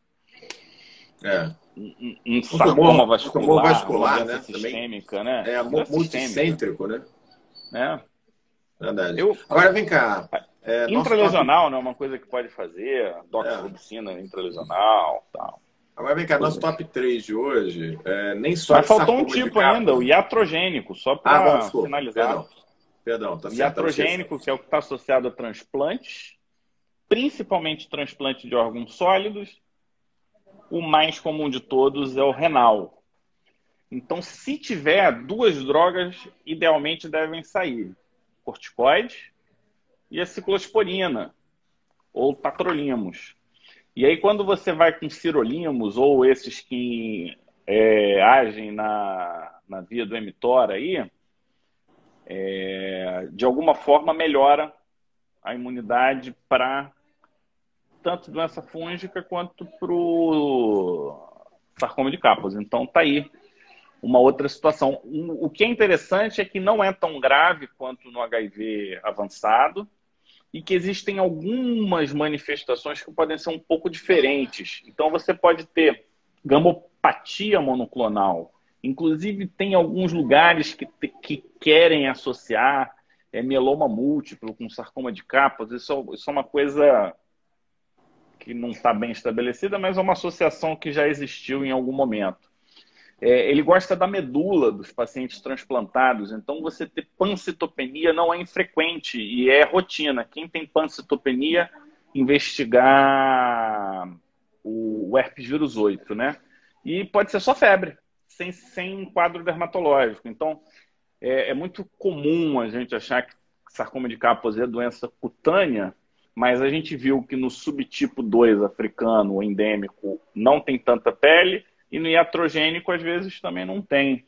É. um, um Um tumor, sarcoma um tumor vascular, uma vascular, doença né? Também sistêmica, né? é Uma doença sistêmica, multicêntrico, né? né? Verdade. Eu, Agora vem cá. É, nosso top. intralesional, né? Uma coisa que pode fazer, É. doxorubicina intralesional, tal. Agora vem cá, nosso Coisa. top três de hoje, é, nem só Mas de faltou um sarcoma de tipo ainda, o Kaposi. iatrogênico, só Ah, bom, para desculpa. finalizar. Perdão. Perdão, tá O certo, tava esquecendo. iatrogênico, que é o que está associado a transplantes, principalmente transplante de órgãos sólidos. O mais comum de todos é o renal. Então, se tiver duas drogas, idealmente devem sair: corticoide e a ciclosporina, ou tacrolimus. E aí, quando você vai com sirolimus, ou esses que é, agem na, na via do mTOR aí, é, de alguma forma melhora a imunidade para tanto doença fúngica quanto para o sarcoma de Kaposi. Então, tá aí uma outra situação. O que é interessante é que não é tão grave quanto no H I V avançado e que existem algumas manifestações que podem ser um pouco diferentes. Então, você pode ter gamopatia monoclonal Inclusive, tem alguns lugares que, que querem associar é, mieloma múltiplo com sarcoma de Kaposi. Isso, isso é uma coisa que não está bem estabelecida, mas é uma associação que já existiu em algum momento. É, ele gosta da medula dos pacientes transplantados, então você ter pancitopenia não é infrequente e é rotina. Quem tem pancitopenia, investigar o, o herpes vírus oito, né? E pode ser só febre, sem, sem quadro dermatológico. Então, é, é muito comum a gente achar que sarcoma de Kaposi é doença cutânea, mas a gente viu que no subtipo dois africano, o endêmico, não tem tanta pele, e no iatrogênico, às vezes, também não tem.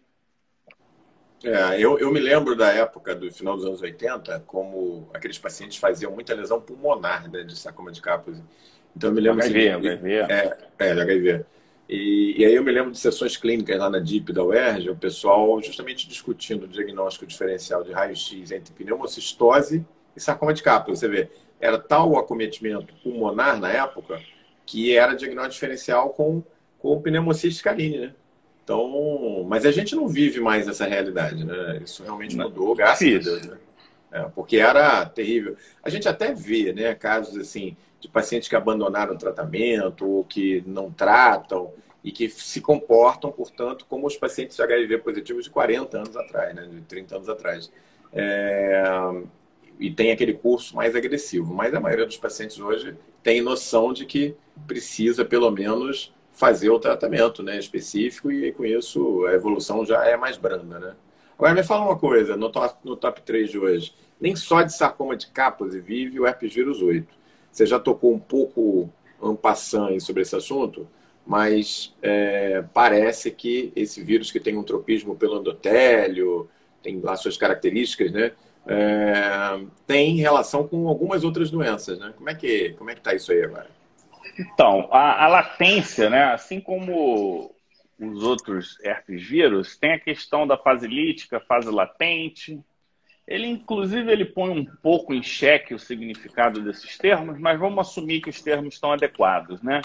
É, eu, eu me lembro da época do final dos anos oitenta, como aqueles pacientes faziam muita lesão pulmonar, né, de sarcoma de Kaposi. Então eu me lembro... H I V, assim, H I V. É, é, de H I V. E, e aí eu me lembro de sessões clínicas lá na D I P da U E R J, o pessoal justamente discutindo o diagnóstico diferencial de raio-x entre pneumocistose e sarcoma de Kaposi. Você vê, era tal o acometimento pulmonar na época que era diagnóstico diferencial com com pneumociste caline, né? Então, mas a gente não vive mais essa realidade, né? Isso realmente Não. mudou, graças Difícil. a Deus, né? É, porque era terrível. A gente até vê, né, casos assim de pacientes que abandonaram o tratamento ou que não tratam e que se comportam, portanto, como os pacientes de H I V positivos de quarenta anos atrás, né, de trinta anos atrás. É... E tem aquele curso mais agressivo. Mas a maioria dos pacientes hoje tem noção de que precisa, pelo menos, fazer o tratamento, né, específico, e com isso a evolução já é mais branda, né? Agora me fala uma coisa, no top, no top três de hoje, nem só de sarcoma de Kaposi vive o herpes vírus oito. Você já tocou um pouco en passant sobre esse assunto, mas é, parece que esse vírus que tem um tropismo pelo endotélio, tem lá suas características, né, é, tem relação com algumas outras doenças, né? Como é que como é que tá isso aí agora? Então, a, a latência, né, assim como os outros herpes vírus, tem a questão da fase lítica, fase latente. Ele, inclusive, ele põe um pouco em xeque o significado desses termos, mas vamos assumir que os termos estão adequados, né?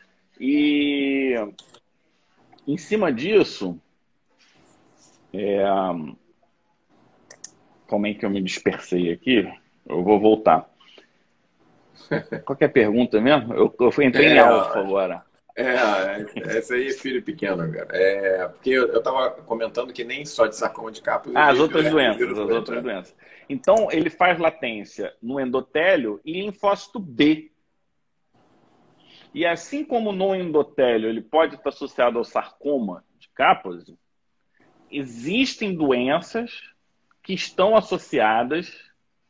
E, em cima disso, é... como é que eu me dispersei aqui? Eu vou voltar. Qual que é a pergunta mesmo? Eu, eu entrei É, em alfa agora. É, essa aí é filho pequeno, cara. É, porque eu estava comentando que nem só de sarcoma de Kaposi Ah, as vive o outras herpes doenças, vírus as oito, outras né? doenças. Então, ele faz latência no endotélio e linfócito B. E assim como no endotélio ele pode estar associado ao sarcoma de Kaposi, existem doenças que estão associadas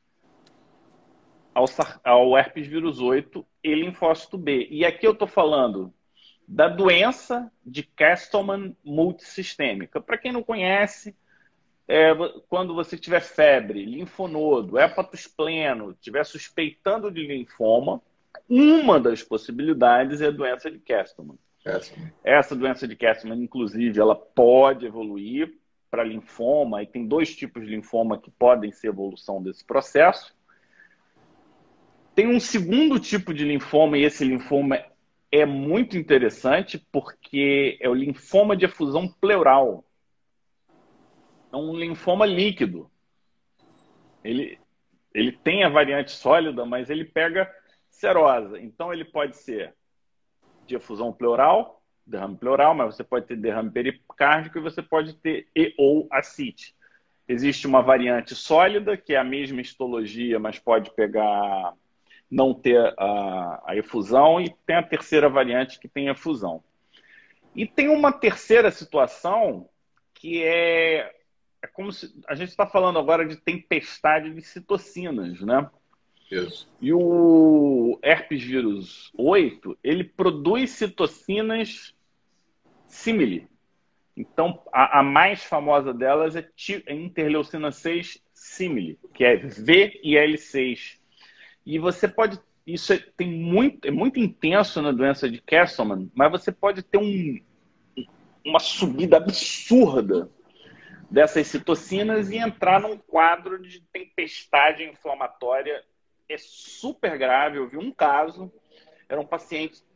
ao, ao herpes vírus oito e linfócito B. E aqui eu estou falando da doença de Castleman multissistêmica. Para quem não conhece, é, quando você tiver febre, linfonodo, hepatospleno, estiver suspeitando de linfoma, uma das possibilidades é a doença de Castleman. Castleman. Essa doença de Castleman, inclusive, ela pode evoluir para linfoma, e tem dois tipos de linfoma que podem ser evolução desse processo. Tem um segundo tipo de linfoma, e esse linfoma é muito interessante porque é o linfoma de efusão pleural. É um linfoma líquido. Ele, ele tem a variante sólida, mas ele pega serosa. Então, ele pode ser de efusão pleural, derrame pleural, mas você pode ter derrame pericárdico e você pode ter e ou ascite. Existe uma variante sólida, que é a mesma histologia, mas pode pegar... não ter a, a efusão, e tem a terceira variante que tem efusão. E tem uma terceira situação que é, é como se... A gente está falando agora de tempestade de citocinas, né? Isso. E o herpes vírus oito, ele produz citocinas simile. Então, a, a mais famosa delas é a interleucina seis simile, que é V e L seis. E você pode... Isso é, tem muito, é muito intenso na doença de Castleman, mas você pode ter um, uma subida absurda dessas citocinas e entrar num quadro de tempestade inflamatória. É super grave. Eu vi um caso, era um paciente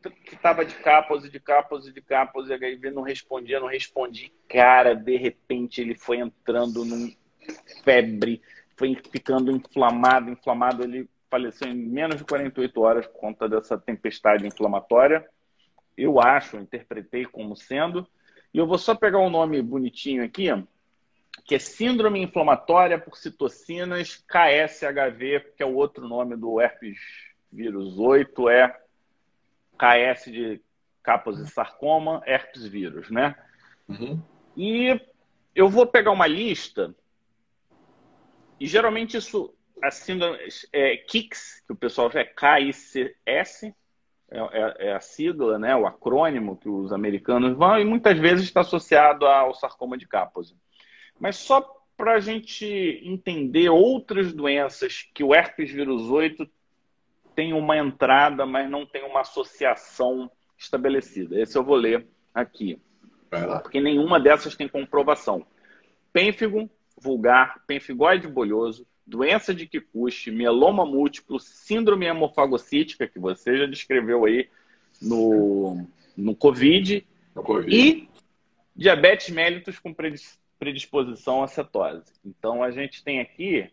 que estava de Kaposi, de Kaposi, de Kaposi, H I V, não respondia, não respondia. Cara, de repente ele foi entrando num febre, foi ficando inflamado, inflamado. Ele faleceu em menos de quarenta e oito horas por conta dessa tempestade inflamatória. Eu acho, eu interpretei como sendo. E eu vou só pegar um nome bonitinho aqui, que é Síndrome Inflamatória por Citocinas, K S H V, que é o outro nome do herpes vírus oito, é K S de Kaposi sarcoma, herpes vírus, né? Uhum. E eu vou pegar uma lista, e geralmente isso, a síndrome é K I C S, que o pessoal já é K I C S, é, é, é a sigla, né? O acrônimo que os americanos vão, e muitas vezes está associado ao sarcoma de Kaposi. Mas só para a gente entender outras doenças que o herpes vírus oito tem uma entrada, mas não tem uma associação estabelecida. Esse eu vou ler aqui. Vai lá. Porque nenhuma dessas tem comprovação. Pênfigo vulgar, pemphigoide bolhoso, doença de Kikuchi, mieloma múltiplo, síndrome hemofagocítica, que você já descreveu aí no, no COVID, No Covid. e diabetes mellitus com predisposição à cetose. Então, a gente tem aqui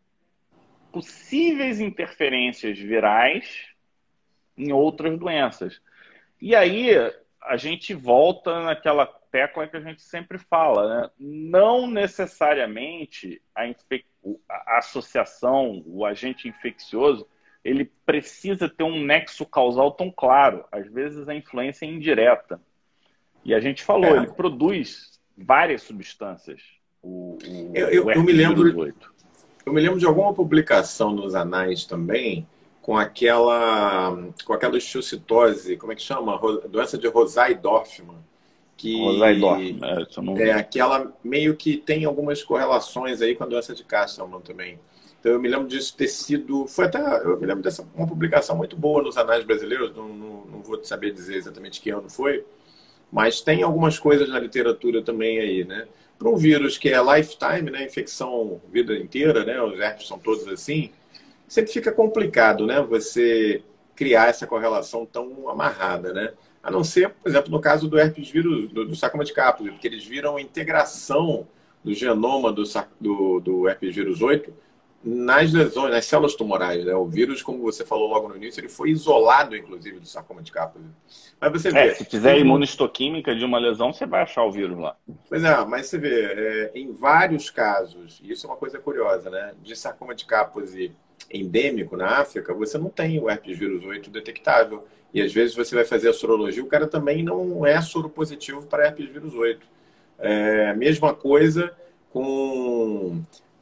possíveis interferências virais em outras doenças. E aí, a gente volta naquela tecla que a gente sempre fala, né? Não necessariamente a, infec... a associação, o agente infeccioso, ele precisa ter um nexo causal tão claro. Às vezes, a influência é indireta. E a gente falou, É. ele produz várias substâncias. O, o, Eu, eu, o eu me lembro, herpes oito. eu me lembro de alguma publicação nos anais também com aquela, com aquela histocitose, como é que chama? Ro- Doença de Rosai-Dorfman, que Rosai-Dorfman, é, isso eu não... é aquela meio que tem algumas correlações aí com a doença de Castleman também. Então eu me lembro disso ter sido, foi até, eu me lembro dessa uma publicação muito boa nos anais brasileiros, não, não, não vou saber dizer exatamente que ano foi, mas tem algumas coisas na literatura também aí, né? Para um vírus que é lifetime, né? Infecção vida inteira, né? Os herpes são todos assim. Sempre fica complicado, né? Você criar essa correlação tão amarrada, né? A não ser, por exemplo, no caso do herpes vírus, do, do sarcoma de Kaposi, porque eles viram a integração do genoma do, sac- do, do herpes vírus oito nas lesões, nas células tumorais, né? O vírus, como você falou logo no início, ele foi isolado, inclusive, do sarcoma de Kaposi. Mas você vê... É, se fizer imunohistoquímica de uma lesão, você vai achar o vírus lá. Pois é, mas você vê, é, em vários casos, e isso é uma coisa curiosa, né? De sarcoma de Kaposi endêmico na África, você não tem o herpes vírus oito detectável. E às vezes você vai fazer a sorologia, o cara também não é soropositivo para herpes vírus oito. É, mesma coisa com...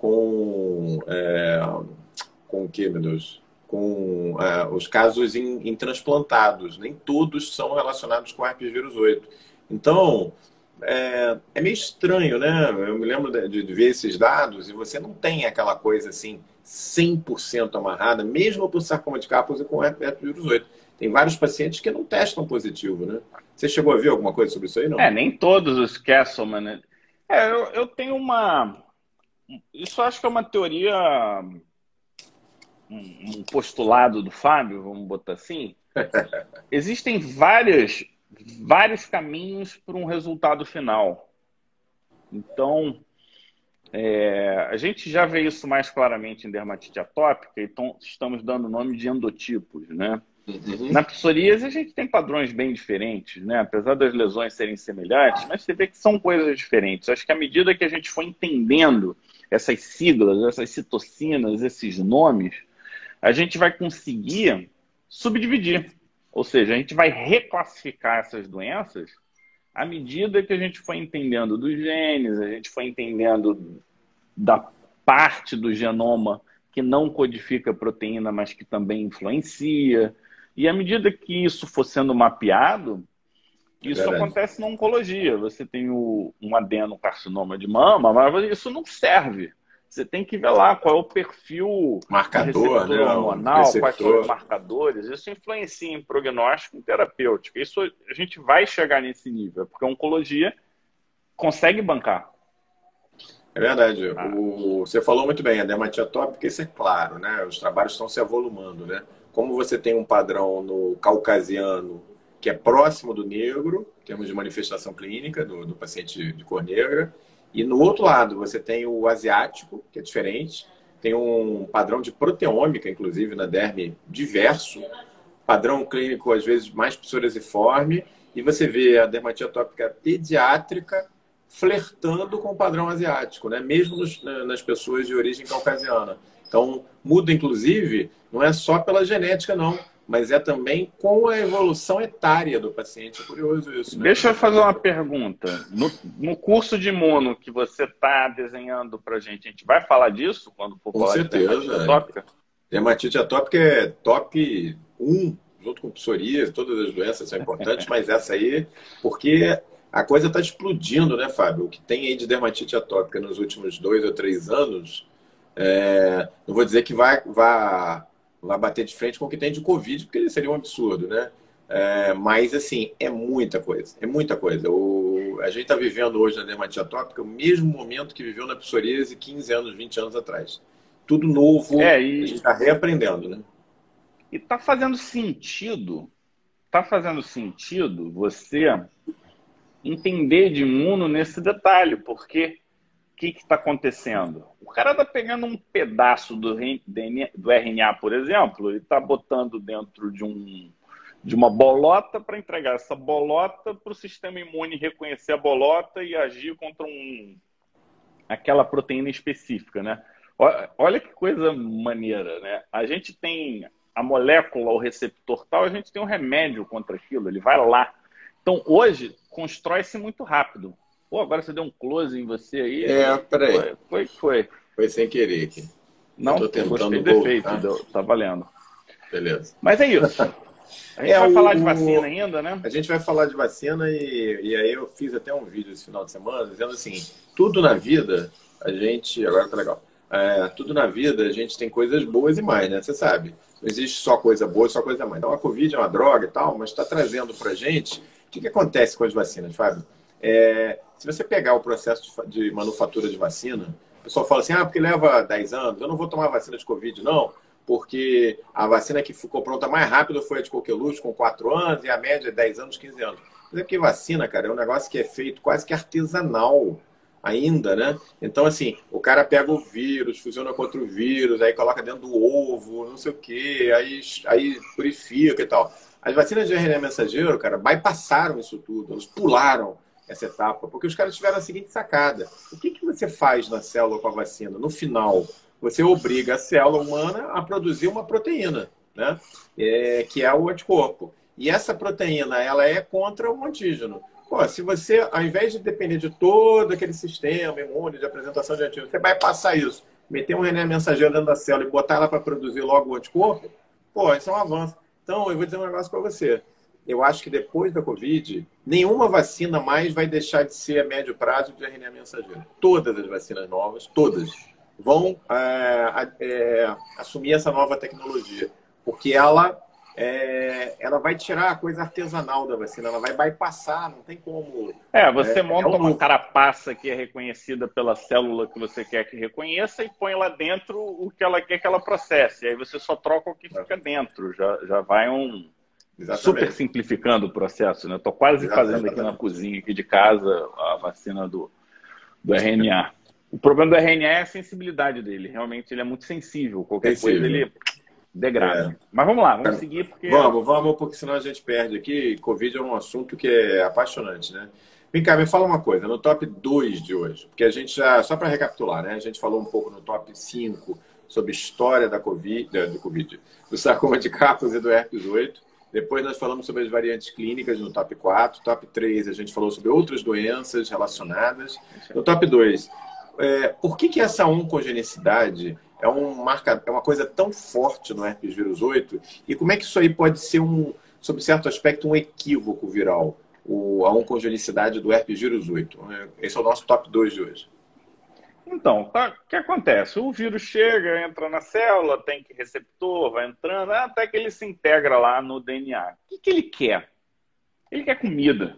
com é, com o que, meu Deus? Com é, os casos em, em transplantados. Nem todos são relacionados com herpes vírus oito. Então, é, é meio estranho, né? Eu me lembro de, de ver esses dados e você não tem aquela coisa assim cem por cento amarrada, mesmo para o sarcoma de Kaposi com herpes vírus oito. Tem vários pacientes que não testam positivo, né? Você chegou a ver alguma coisa sobre isso aí, não? É, nem todos os Castleman, né? É, eu, eu tenho uma... Isso eu acho que é uma teoria, um, um postulado do Fábio, vamos botar assim. Existem várias, vários caminhos para um resultado final. Então, é, a gente já vê isso mais claramente em dermatite atópica, então estamos dando o nome de endotipos, né? Uhum. Na psoríase, a gente tem padrões bem diferentes, né? Apesar das lesões serem semelhantes, mas você vê que são coisas diferentes. Acho que à medida que a gente for entendendo essas siglas, essas citocinas, esses nomes, a gente vai conseguir subdividir. Ou seja, a gente vai reclassificar essas doenças à medida que a gente for entendendo dos genes, a gente for entendendo da parte do genoma que não codifica proteína, mas que também influencia. E à medida que isso for sendo mapeado, isso Verdade. acontece na oncologia. Você tem o, um adenocarcinoma de mama, mas isso não serve. Você tem que ver lá qual é o perfil Marcador, do receptor né? O hormonal, receptor. quais são os marcadores. Isso influencia em prognóstico e terapêutico. Isso a gente vai chegar nesse nível, porque a oncologia consegue bancar. É verdade. Ah. O, você falou muito bem, a dermatite atópica, isso é claro, né? Os trabalhos estão se avolumando, né? Como você tem um padrão no caucasiano que é próximo do negro, em termos de manifestação clínica do, do paciente de cor negra. E no outro lado, você tem o asiático, que é diferente, tem um padrão de proteômica, inclusive, na derme diverso, padrão clínico, às vezes, mais psoriasiforme, e você vê a dermatite atópica pediátrica flertando com o padrão asiático, né? Mesmo nos, nas pessoas de origem caucasiana. Então, muda, inclusive, não é só pela genética, não, mas é também com a evolução etária do paciente. É curioso isso, né? Deixa eu fazer uma pergunta. No, no curso de imuno que você está desenhando para a gente, a gente vai falar disso quando for com falar certeza, de dermatite atópica? Dermatite atópica é top um, junto com psoríase, todas as doenças são importantes, mas essa aí, porque a coisa está explodindo, né, Fábio? O que tem aí de dermatite atópica nos últimos dois ou três anos, é, não vou dizer que vai, vai, vai bater de frente com o que tem de Covid, porque seria um absurdo, né? É, mas, assim, é muita coisa, é muita coisa. O, a gente está vivendo hoje na dermatite atópica o mesmo momento que viveu na psoríase quinze anos, vinte anos atrás. Tudo novo, É, a e, gente está reaprendendo, né? e tá fazendo sentido, tá fazendo sentido você entender de imuno nesse detalhe, porque o que está acontecendo? O cara está pegando um pedaço do, D N A, do R N A, por exemplo, e está botando dentro de, um, de uma bolota para entregar essa bolota para o sistema imune reconhecer a bolota e agir contra um, aquela proteína específica, né? Olha que coisa maneira, né? A gente tem a molécula, o receptor tal, a gente tem um remédio contra aquilo, ele vai lá. Então, hoje, constrói-se muito rápido. Pô, agora você deu um close em você aí. É, peraí. Foi, foi, foi. Foi sem querer aqui. Não, eu tô tentando gostei do efeito, voltar. deu, tá valendo. Beleza. Mas é isso. A gente É, vai o, falar de vacina ainda, né? A gente vai falar de vacina e, e aí eu fiz até um vídeo esse final de semana dizendo assim, tudo na vida, a gente... Agora tá legal. É, tudo na vida, a gente tem coisas boas e mais, né? Você sabe. Não existe só coisa boa e só coisa mais. Então a Covid é uma droga e tal, mas está trazendo pra gente... O que, que acontece com as vacinas, Fábio? É, se você pegar o processo de, de manufatura de vacina, o pessoal fala assim, ah, porque leva dez anos, eu não vou tomar vacina de Covid, não, porque a vacina que ficou pronta mais rápido foi a de coqueluche, com quatro anos, e a média é dez anos, quinze anos. Mas é porque vacina, cara, é um negócio que é feito quase que artesanal ainda, né? Então, assim, o cara pega o vírus, fusiona contra o vírus, aí coloca dentro do ovo, não sei o quê, aí, aí purifica e tal. As vacinas de R N A mensageiro, cara, bypassaram isso tudo, eles pularam essa etapa, porque os caras tiveram a seguinte sacada. O que, que você faz na célula com a vacina? No final, você obriga a célula humana a produzir uma proteína, né? É, que é o anticorpo. E essa proteína, ela é contra o antígeno. Pô, se você, ao invés de depender de todo aquele sistema imune de apresentação de antígeno, você vai passar isso, meter um R N A mensageiro dentro da célula e botar ela para produzir logo o anticorpo, pô, isso é um avanço. Então, eu vou dizer um negócio para você. Eu acho que depois da Covid, nenhuma vacina mais vai deixar de ser a médio prazo de R N A mensageiro. Todas as vacinas novas, todas, vão é, é, assumir essa nova tecnologia. Porque ela, é, ela vai tirar a coisa artesanal da vacina, ela vai bypassar, não tem como... É, você é, monta é um... uma lucro. carapaça que é reconhecida pela célula que você quer que reconheça e põe lá dentro o que ela quer que ela processe. E aí você só troca o que fica dentro. Já, já vai um... Exatamente. Super simplificando o processo, né? Estou quase Exatamente. fazendo aqui na cozinha aqui de casa a vacina do, do R N A. O problema do R N A é a sensibilidade dele. Realmente ele é muito sensível. Qualquer sensível. coisa ele degrada. É. Mas vamos lá, vamos seguir. Porque... Vamos, vamos, porque senão a gente perde aqui. Covid é um assunto que é apaixonante, né? Vem cá, me fala uma coisa. No top dois de hoje, porque a gente já, só para recapitular, né? A gente falou um pouco no top cinco sobre história da Covid, do Covid, do sarcoma de Kaposi e do herpes oito. Depois nós falamos sobre as variantes clínicas no top quatro. Top três, a gente falou sobre outras doenças relacionadas. No top dois, é, por que, que essa oncogenicidade é, um marca, é uma coisa tão forte no herpes vírus oito? E como é que isso aí pode ser, um, sob certo aspecto, um equívoco viral? O, a oncogenicidade do herpes vírus oito. Esse é o nosso top dois de hoje. Então, tá, o que acontece? O vírus chega, entra na célula, tem que receptor, vai entrando, até que ele se integra lá no D N A. O que, que ele quer? Ele quer comida.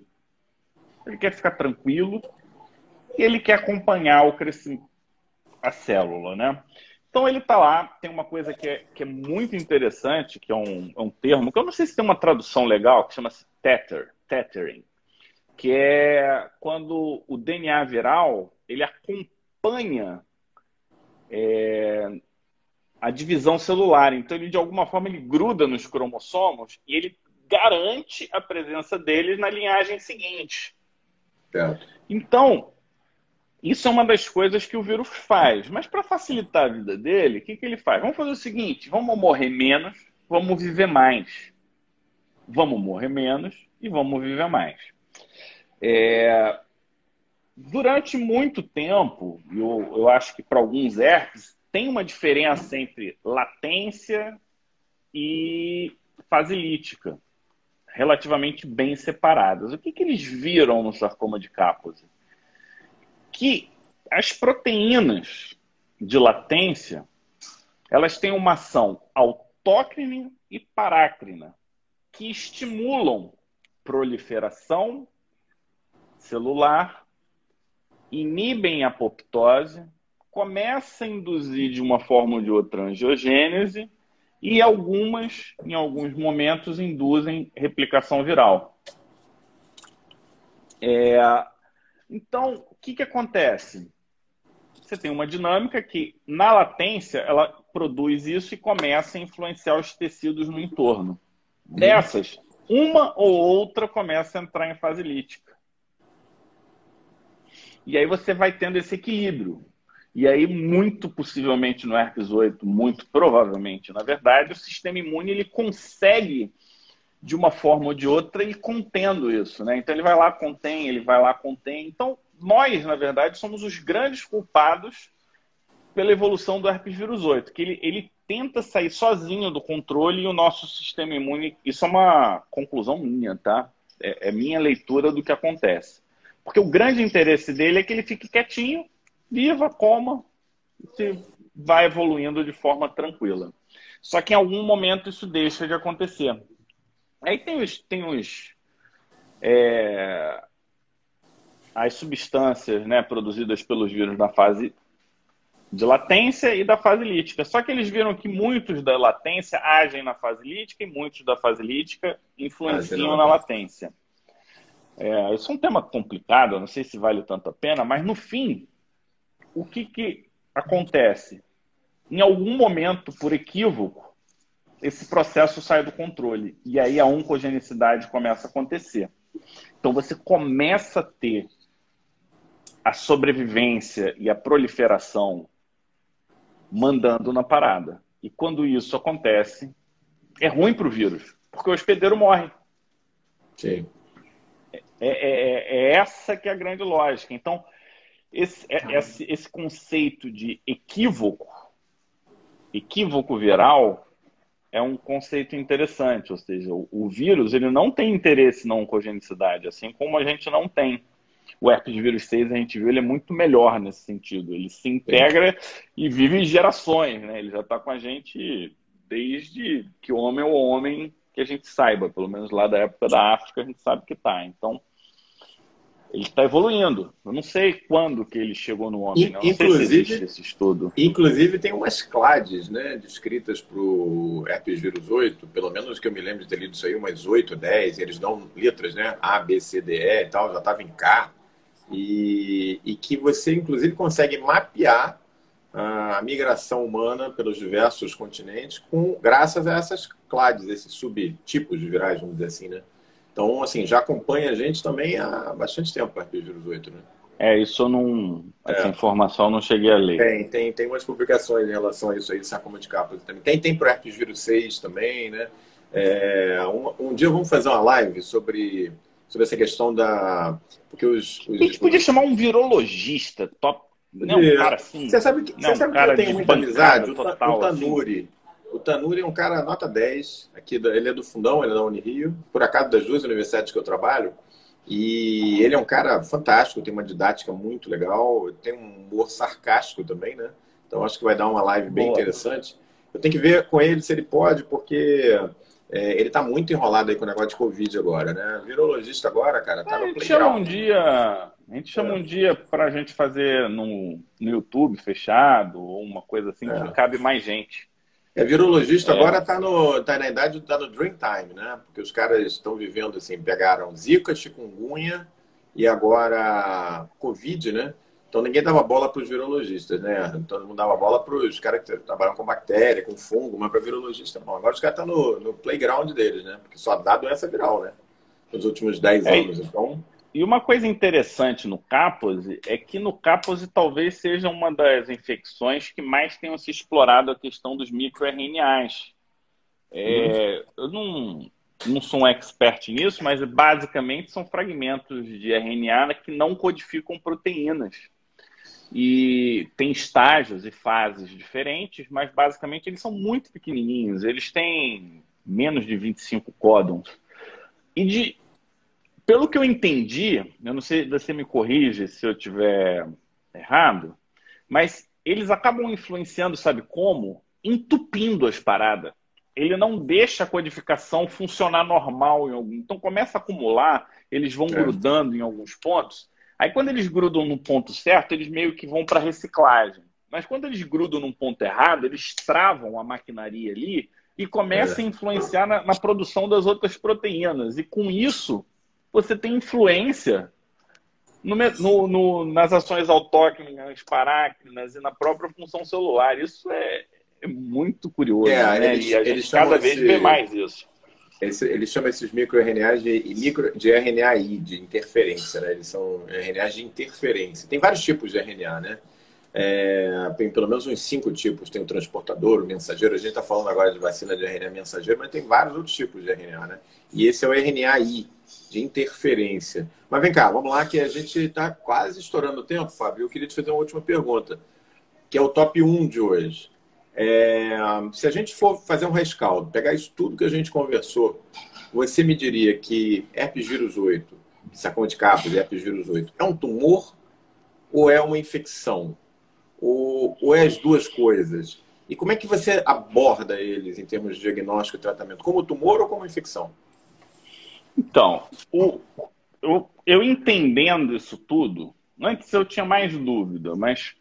Ele quer ficar tranquilo e ele quer acompanhar o crescimento da célula, né? Então ele está lá, tem uma coisa que é, que é muito interessante, que é um, é um termo, que eu não sei se tem uma tradução legal, que chama-se tether, tethering, que é quando o D N A viral ele acompanha é, a divisão celular. Então ele, de alguma forma, ele gruda nos cromossomos e ele garante a presença deles na linhagem seguinte. É. Então, isso é uma das coisas que o vírus faz. Mas para facilitar a vida dele, o que, que ele faz? Vamos fazer o seguinte, vamos morrer menos, vamos viver mais. Vamos morrer menos e vamos viver mais. É... Durante muito tempo, eu, eu acho que para alguns herpes, tem uma diferença entre latência e fase lítica, relativamente bem separadas. O que, que eles viram no sarcoma de Kaposi? Que as proteínas de latência, elas têm uma ação autócrine e parácrina, que estimulam proliferação celular, inibem a apoptose, começam a induzir de uma forma ou de outra angiogênese e algumas, em alguns momentos, induzem replicação viral. É... Então, o que, que acontece? Você tem uma dinâmica que, na latência, ela produz isso e começa a influenciar os tecidos no entorno. Dessas, uma ou outra começa a entrar em fase lítica. E aí você vai tendo esse equilíbrio. E aí, muito possivelmente no herpes oito, muito provavelmente, na verdade, o sistema imune ele consegue, de uma forma ou de outra, ir contendo isso, né? Então ele vai lá, contém, ele vai lá, contém. Então, nós, na verdade, somos os grandes culpados pela evolução do herpes vírus oito, que ele, ele tenta sair sozinho do controle e o nosso sistema imune... Isso é uma conclusão minha, tá? É, é minha leitura do que acontece. Porque o grande interesse dele é que ele fique quietinho, viva, coma, e vai evoluindo de forma tranquila. Só que em algum momento isso deixa de acontecer. Aí tem os, tem os é, as substâncias, né, produzidas pelos vírus na fase de latência e da fase lítica. Só que eles viram que muitos da latência agem na fase lítica e muitos da fase lítica influenciam na latência. É, isso é um tema complicado, eu não sei se vale tanto a pena, mas no fim, o que, que acontece? Em algum momento, por equívoco, esse processo sai do controle. E aí a oncogenicidade começa a acontecer. Então você começa a ter a sobrevivência e a proliferação mandando na parada. E quando isso acontece, é ruim para o vírus, porque o hospedeiro morre. Sim. É, é, é essa que é a grande lógica. Então, esse, é, esse, esse conceito de equívoco, equívoco viral, é um conceito interessante, ou seja, o, o vírus ele não tem interesse na oncogenicidade, assim como a gente não tem. O herpes vírus seis, a gente viu, ele é muito melhor nesse sentido. Ele se integra e vive em gerações, né? Ele já está com a gente desde que o homem é o homem que a gente saiba, pelo menos lá da época da África a gente sabe que está. Então, ele está evoluindo. Eu não sei quando que ele chegou no homem, não, não sei se existe esse estudo. Inclusive tem umas clades, né, descritas para o herpes vírus oito, pelo menos que eu me lembro de ter lido isso aí, umas oito, dez, eles dão letras, né, A, B, C, D, E e tal, já estava em K, e, e que você inclusive consegue mapear a migração humana pelos diversos continentes com, graças a essas clades, esses subtipos de virais, vamos dizer assim, né? Então, assim, já acompanha a gente também há bastante tempo, o herpes vírus oito, né? É, isso eu não... Essa é. informação eu não cheguei a ler. Tem, tem, tem umas publicações em relação a isso aí, sarcoma de Kaposi também. Tem, tem pro herpes vírus seis também, né? É, um, um dia vamos fazer uma live sobre, sobre essa questão da... Porque os... os a gente podia os... chamar um virologista, top... Não, um cara assim... Você sabe que, não, você sabe um que cara eu tenho muita amizade? O, total, o Tanuri. Assim. O Tanuri é um cara nota dez, aqui da, ele é do Fundão, ele é da Unirio, por acaso das duas universidades que eu trabalho, e ele é um cara fantástico, tem uma didática muito legal, tem um humor sarcástico também, né? Então acho que vai dar uma live bem Boa. interessante. Eu tenho que ver com ele se ele pode, porque é, ele está muito enrolado aí com o negócio de Covid agora, né? Virologista agora, cara, tá é, no chama um dia, A gente chama É. um dia para a gente fazer no, no YouTube fechado ou uma coisa assim que É. cabe mais gente. É, virologista É, agora está no, tá na idade, está no Dream Time, né? Porque os caras estão vivendo assim, pegaram Zika, chikungunya e agora Covid, né? Então ninguém dava bola para os virologistas, né? Todo mundo dava bola para os caras que trabalham com bactéria, com fungo, mas para virologista não. Agora os caras estão no, no playground deles, né? Porque só dá doença viral, né? Nos últimos dez é, anos. Então, e uma coisa interessante no Kaposi é que no Kaposi talvez seja uma das infecções que mais tenham se explorado a questão dos microRNAs. uhum, É, eu não, não sou um expert nisso, mas basicamente são fragmentos de R N A que não codificam proteínas. E tem estágios e fases diferentes, mas basicamente eles são muito pequenininhos. Eles têm menos de vinte e cinco códons. E de, pelo que eu entendi, eu não sei, você me corrige se eu estiver errado, mas eles acabam influenciando, sabe como? Entupindo as paradas. Ele não deixa a codificação funcionar normal em algum. Então começa a acumular, eles vão é, grudando em alguns pontos. Aí quando eles grudam no ponto certo, eles meio que vão para reciclagem. Mas quando eles grudam num ponto errado, eles travam a maquinaria ali e começam a é. influenciar na, na produção das outras proteínas. E com isso, você tem influência no, no, no, nas ações autócrinas, parácrinas e na própria função celular. Isso é, é muito curioso, É, né? E eles, a eles gente chamam cada vez vê esse, mais isso. esse, eles chamam esses microRNAs de, micro, de R N A I, de interferência, né? Eles são R N As de interferência. Tem vários tipos de R N A, né? É, tem pelo menos uns cinco tipos. Tem o transportador, o mensageiro. A gente está falando agora de vacina de R N A mensageiro, mas tem vários outros tipos de R N A, né? E esse é o R N A I, de interferência. Mas vem cá, vamos lá, que a gente está quase estourando o tempo, Fábio. Eu queria te fazer uma última pergunta, que é o top um de hoje. É, se a gente for fazer um rescaldo, pegar isso tudo que a gente conversou, você me diria que herpes vírus oito, sarcoma de Kaposi, herpes vírus oito, é um tumor ou é uma infecção? Ou, ou é as duas coisas? E como é que você aborda eles em termos de diagnóstico e tratamento? Como tumor ou como infecção? Então, o, eu, eu entendendo isso tudo, antes eu tinha mais dúvida, mas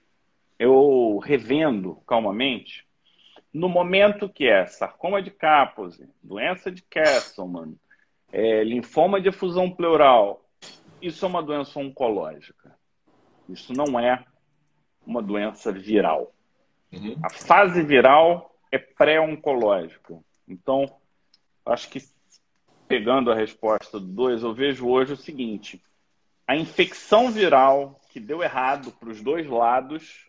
eu revendo calmamente, no momento que é sarcoma de Kaposi, doença de Castleman, é, linfoma de efusão pleural, isso é uma doença oncológica. Isso não é uma doença viral. Uhum. A fase viral é pré-oncológica. Então, acho que pegando a resposta do dois, eu vejo hoje o seguinte: a infecção viral que deu errado para os dois lados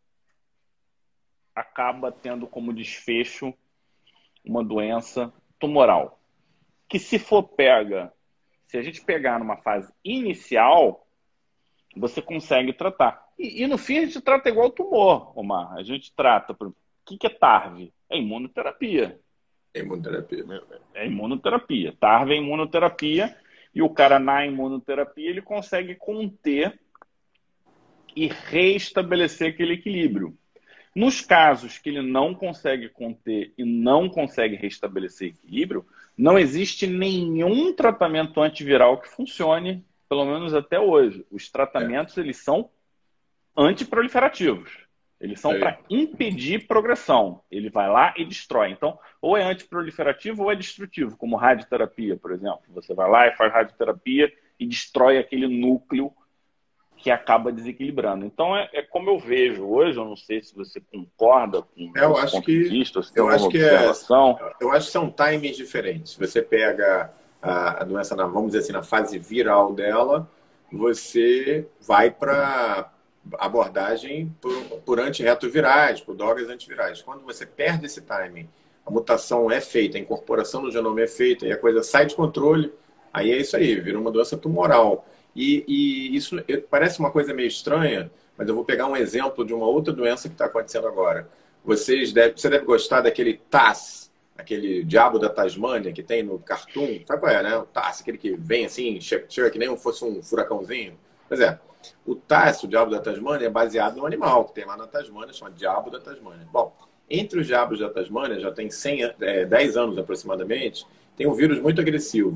acaba tendo como desfecho uma doença tumoral. Que se for pega, se a gente pegar numa fase inicial, você consegue tratar. E, e no fim a gente trata igual tumor, Omar. A gente trata... Por... O que, que é T A R V? É imunoterapia. É imunoterapia. É imunoterapia. T A R V é imunoterapia e o cara na imunoterapia ele consegue conter e reestabelecer aquele equilíbrio. Nos casos que ele não consegue conter e não consegue restabelecer equilíbrio, não existe nenhum tratamento antiviral que funcione, pelo menos até hoje. Os tratamentos, É. eles são antiproliferativos. Eles são É. para impedir progressão. Ele vai lá e destrói. Então, ou é antiproliferativo ou é destrutivo, como radioterapia, por exemplo. Você vai lá e faz radioterapia e destrói aquele núcleo que acaba desequilibrando. Então, é, é como eu vejo hoje, eu não sei se você concorda com É, eu esse acho ponto de que vista, se tem eu alguma acho que é, observação. eu acho que são timings diferentes. Você pega a, a doença, na, vamos dizer assim, na fase viral dela, você vai para abordagem por, por antirretrovirais, por drogas antivirais. Quando você perde esse timing, a mutação é feita, a incorporação no genoma é feita e a coisa sai de controle, aí é isso aí, vira uma doença tumoral. E, e isso parece uma coisa meio estranha, mas eu vou pegar um exemplo de uma outra doença que está acontecendo agora. Vocês deve, você deve gostar daquele T A S, aquele diabo da Tasmânia que tem no cartoon. Sabe qual é, né? O T A S, aquele que vem assim, chega que nem fosse um furacãozinho. Pois é, o T A S, o diabo da Tasmânia, é baseado num animal que tem lá na Tasmânia, chama diabo da Tasmânia. Bom, entre os diabos da Tasmânia, já tem cem, é, dez anos aproximadamente, tem um vírus muito agressivo.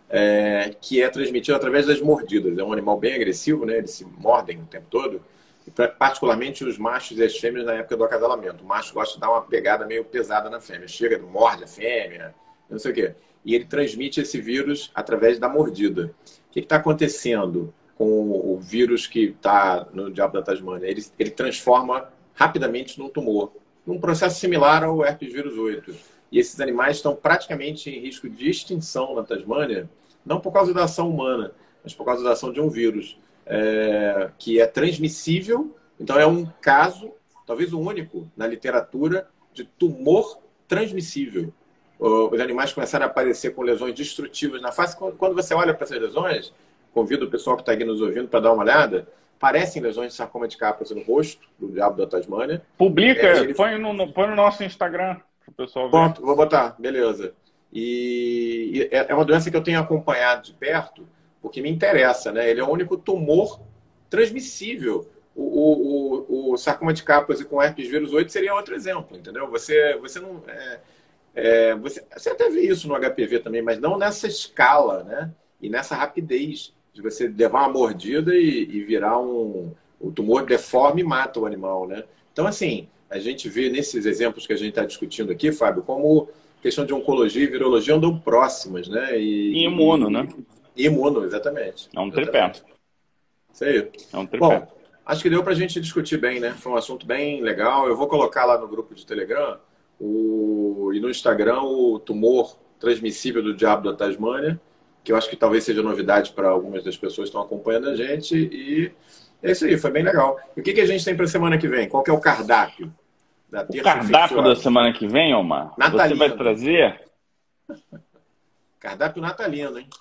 é, que é transmitido através das mordidas. É um animal bem agressivo, né? Eles se mordem o tempo todo. E, particularmente os machos e as fêmeas na época do acasalamento. O macho gosta de dar uma pegada meio pesada na fêmea. Chega, morde a fêmea, não sei o quê. E ele transmite esse vírus através da mordida. O que está acontecendo com o vírus que está no diabo da Tasmânia? Ele, ele transforma rapidamente num tumor. Um processo similar ao herpes vírus oito. E esses animais estão praticamente em risco de extinção na Tasmânia, não por causa da ação humana, mas por causa da ação de um vírus é, que é transmissível. Então é um caso, talvez o único na literatura, de tumor transmissível. Os animais começaram a aparecer com lesões destrutivas na face. Quando você olha para essas lesões, convido o pessoal que está aqui nos ouvindo para dar uma olhada, parecem lesões de sarcoma de Kaposi no rosto do diabo da Tasmânia. Publica, é, ele... põe, no, põe no nosso Instagram para o pessoal ver. Pronto, vou botar, beleza. E, e é uma doença que eu tenho acompanhado de perto, porque me interessa, né? Ele é o único tumor transmissível. O, o, o, o sarcoma de Kaposi com herpes vírus oito seria outro exemplo, entendeu? Você, você não... É, é, você, você até vê isso no H P V também, mas não nessa escala, né? E nessa rapidez de você levar uma mordida e, e virar um... O tumor deforme e mata o animal, né? Então, assim, a gente vê nesses exemplos que a gente está discutindo aqui, Fábio, como questão de oncologia e virologia andam próximas, né? E, e imuno, e, né? E imuno, exatamente. É um tripé. Isso aí. É um tripé. Bom, acho que deu para a gente discutir bem, né? Foi um assunto bem legal. Eu vou colocar lá no grupo de Telegram o... e no Instagram o tumor transmissível do diabo da Tasmânia, que eu acho que talvez seja novidade para algumas das pessoas que estão acompanhando a gente. E é isso aí, foi bem legal. E o que, que a gente tem para a semana que vem? Qual que é o cardápio? Da o cardápio da semana que vem, Omar, natalino. Você vai trazer... Cardápio natalino, hein?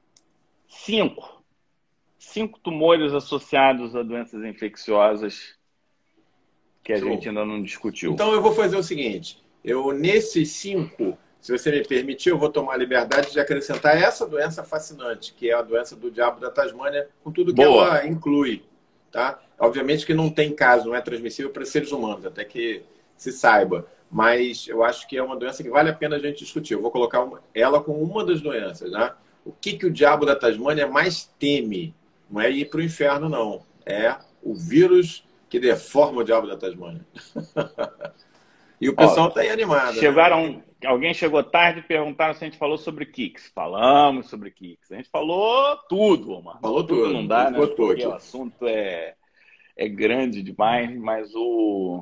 Cinco. Cinco tumores associados a doenças infecciosas que a Show. gente ainda não discutiu. Então eu vou fazer o seguinte. Eu, nesses cinco, se você me permitir, eu vou tomar a liberdade de acrescentar essa doença fascinante, que é a doença do diabo da Tasmânia, com tudo que Boa. ela inclui. Tá? Obviamente que não tem caso, não é transmissível para seres humanos, até que se saiba. Mas eu acho que é uma doença que vale a pena a gente discutir. Eu vou colocar uma, ela como uma das doenças. Né? O que, que o diabo da Tasmânia mais teme? Não é ir para o inferno, não. É o vírus que deforma o diabo da Tasmânia. E o pessoal está aí animado. Chegaram, né? Alguém chegou tarde e perguntaram se a gente falou sobre Kicks. Falamos sobre Kicks. A gente falou tudo, Omar. Falou tudo. tudo não dá, né? Porque aqui. o assunto é, é grande demais, mas o...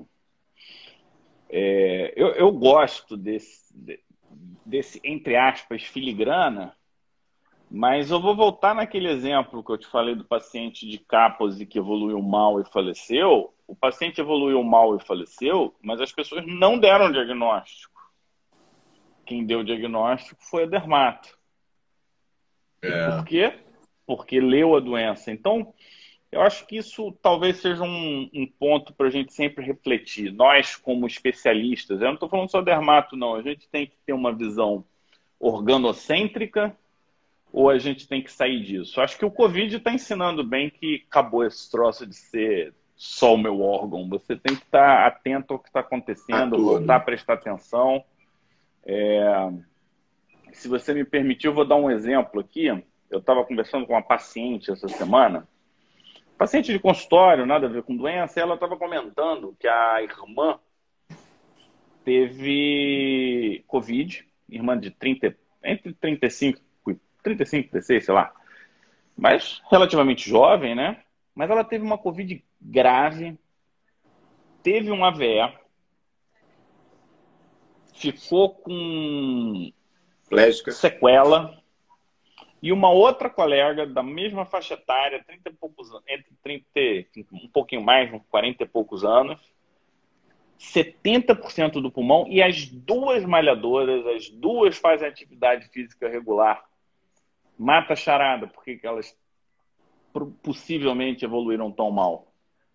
É, eu, eu gosto desse, desse, entre aspas, filigrana, mas eu vou voltar naquele exemplo que eu te falei do paciente de Kaposi que evoluiu mal e faleceu. O paciente evoluiu mal e faleceu, mas as pessoas não deram diagnóstico. Quem deu o diagnóstico foi a dermato. É. Por quê? Porque leu a doença. Então, eu acho que isso talvez seja um, um ponto para a gente sempre refletir. Nós, como especialistas, eu não estou falando só dermato, não. A gente tem que ter uma visão organocêntrica ou a gente tem que sair disso? Acho que o Covid está ensinando bem que acabou esse troço de ser só o meu órgão. Você tem que estar atento ao que está acontecendo, voltar a prestar atenção. É... Se você me permitir, eu vou dar um exemplo aqui. Eu estava conversando com uma paciente essa semana. Paciente de consultório, nada a ver com doença, ela estava comentando que a irmã teve Covid, irmã de trinta, entre trinta e cinco, trinta e cinco, trinta e seis, sei lá, mas relativamente jovem, né? Mas ela teve uma Covid grave, teve um A V E, ficou com Plégica. sequela. E uma outra colega da mesma faixa etária, trinta e poucos, entre trinta, um pouquinho mais, uns quarenta e poucos anos, setenta por cento do pulmão, e as duas malhadoras, as duas fazem atividade física regular. Mata a charada, porque elas possivelmente evoluíram tão mal.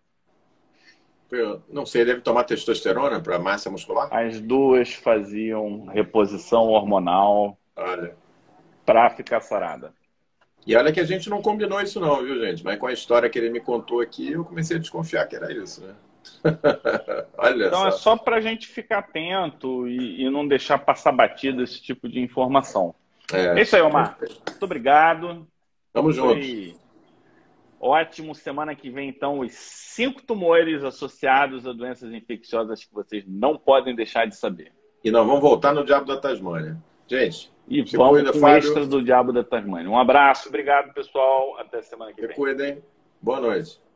Eu não sei, deve tomar testosterona para massa muscular? As duas faziam reposição hormonal. Olha. Para ficar sarada. E olha que a gente não combinou isso não, viu, gente? Mas com a história que ele me contou aqui, eu comecei a desconfiar que era isso, né? Olha então só. É só para a gente ficar atento e, e não deixar passar batido esse tipo de informação. É, É isso aí, Omar. Muito obrigado. Tamo junto. Foi ótimo. Semana que vem, então, os cinco tumores associados a doenças infecciosas que vocês não podem deixar de saber. E nós vamos voltar no Diabo da Tasmânia. Gente, E se vamos cuida, com o Fábio. extra do Diabo da Tasmânia. Um abraço, obrigado, pessoal. Até semana que Se vem. cuidem. Boa noite.